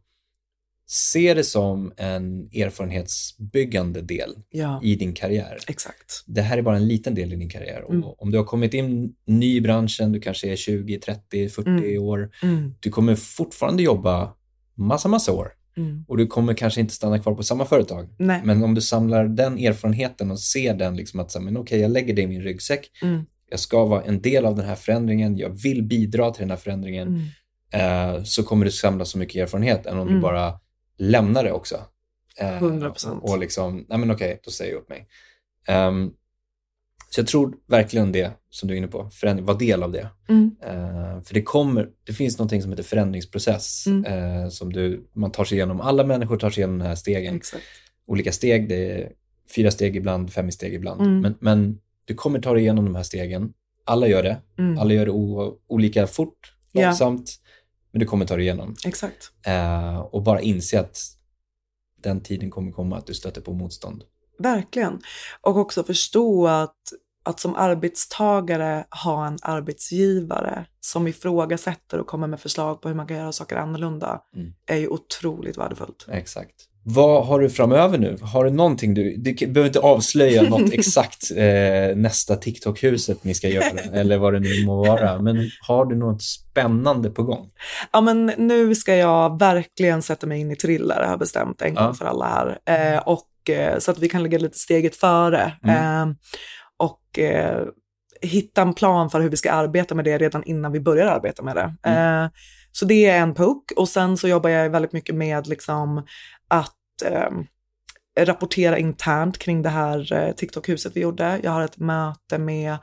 Se det som en erfarenhetsbyggande del ja. i din karriär. Exakt. Det här är bara en liten del i din karriär. Mm. Och om du har kommit in ny i branschen, du kanske är tjugo, trettio, fyrtio mm. år. Mm. Du kommer fortfarande jobba massa, massa år. Mm. Och du kommer kanske inte stanna kvar på samma företag. Nej. Men om du samlar den erfarenheten och ser den liksom att men okej, jag lägger det i min ryggsäck. Mm. Jag ska vara en del av den här förändringen. Jag vill bidra till den här förändringen. Mm. Eh, så kommer du samla så mycket erfarenhet än om mm. du bara lämnar det också. Eh, hundra procent. Och liksom, nej men okej, då säger jag upp mig. Um, så jag tror verkligen det som du är inne på, förändring, var del av det. Mm. Uh, för det kommer, det finns någonting som heter förändringsprocess. Mm. Uh, som du, man tar sig igenom, alla människor tar sig igenom den här stegen. Exakt. Olika steg, det är fyra steg ibland, fem steg ibland. Mm. Men, men du kommer ta dig igenom de här stegen. Alla gör det. Mm. Alla gör det o- olika fort, långsamt. Yeah. Men du kommer ta dig igenom. Exakt. Uh, och bara inse att den tiden kommer komma att du stöter på motstånd. Verkligen. Och också förstå att, att som arbetstagare ha en arbetsgivare som ifrågasätter och kommer med förslag på hur man kan göra saker annorlunda mm. är ju otroligt värdefullt. Exakt. Vad har du framöver nu? Har du någonting du... Du behöver inte avslöja något exakt eh, nästa TikTok-huset ni ska göra eller vad det nu må vara. Men har du något spännande på gång? Ja, men nu ska jag verkligen sätta mig in i thriller, jag har bestämt en gång ja. för alla här. Eh, och eh, så att vi kan lägga lite steget före. Mm. Eh, och eh, hitta en plan för hur vi ska arbeta med det redan innan vi börjar arbeta med det. Mm. Eh, så det är en puck. Och sen så jobbar jag väldigt mycket med liksom att eh, rapportera internt kring det här eh, TikTok-huset vi gjorde. Jag har ett möte med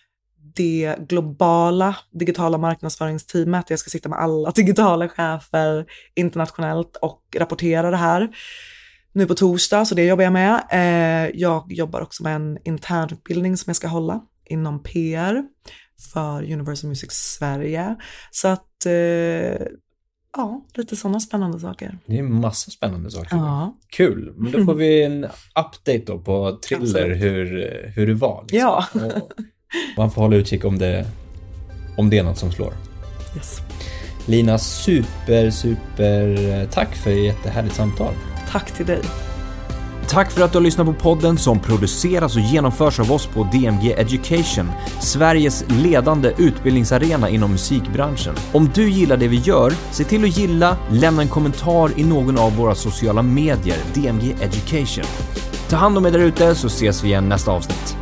det globala digitala marknadsföringsteamet. Jag ska sitta med alla digitala chefer internationellt och rapportera det här nu på torsdag, så det jobbar jag med. Eh, jag jobbar också med en internutbildning som jag ska hålla inom P R för Universal Music Sverige. Så att eh, ja, lite sådana spännande saker. Det är en massa spännande saker. Ja. Kul. Men då får vi en update då på thriller hur, hur det var. Liksom. Ja. Och man får hålla utkik om det, om det är något som slår. Yes. Lina, super, super tack för ett jättehärligt samtal. Tack till dig. Tack för att du har lyssnat på podden som produceras och genomförs av oss på D M G Education, Sveriges ledande utbildningsarena inom musikbranschen. Om du gillar det vi gör, se till att gilla, lämna en kommentar i någon av våra sociala medier, D M G Education. Ta hand om er där ute så ses vi igen nästa avsnitt.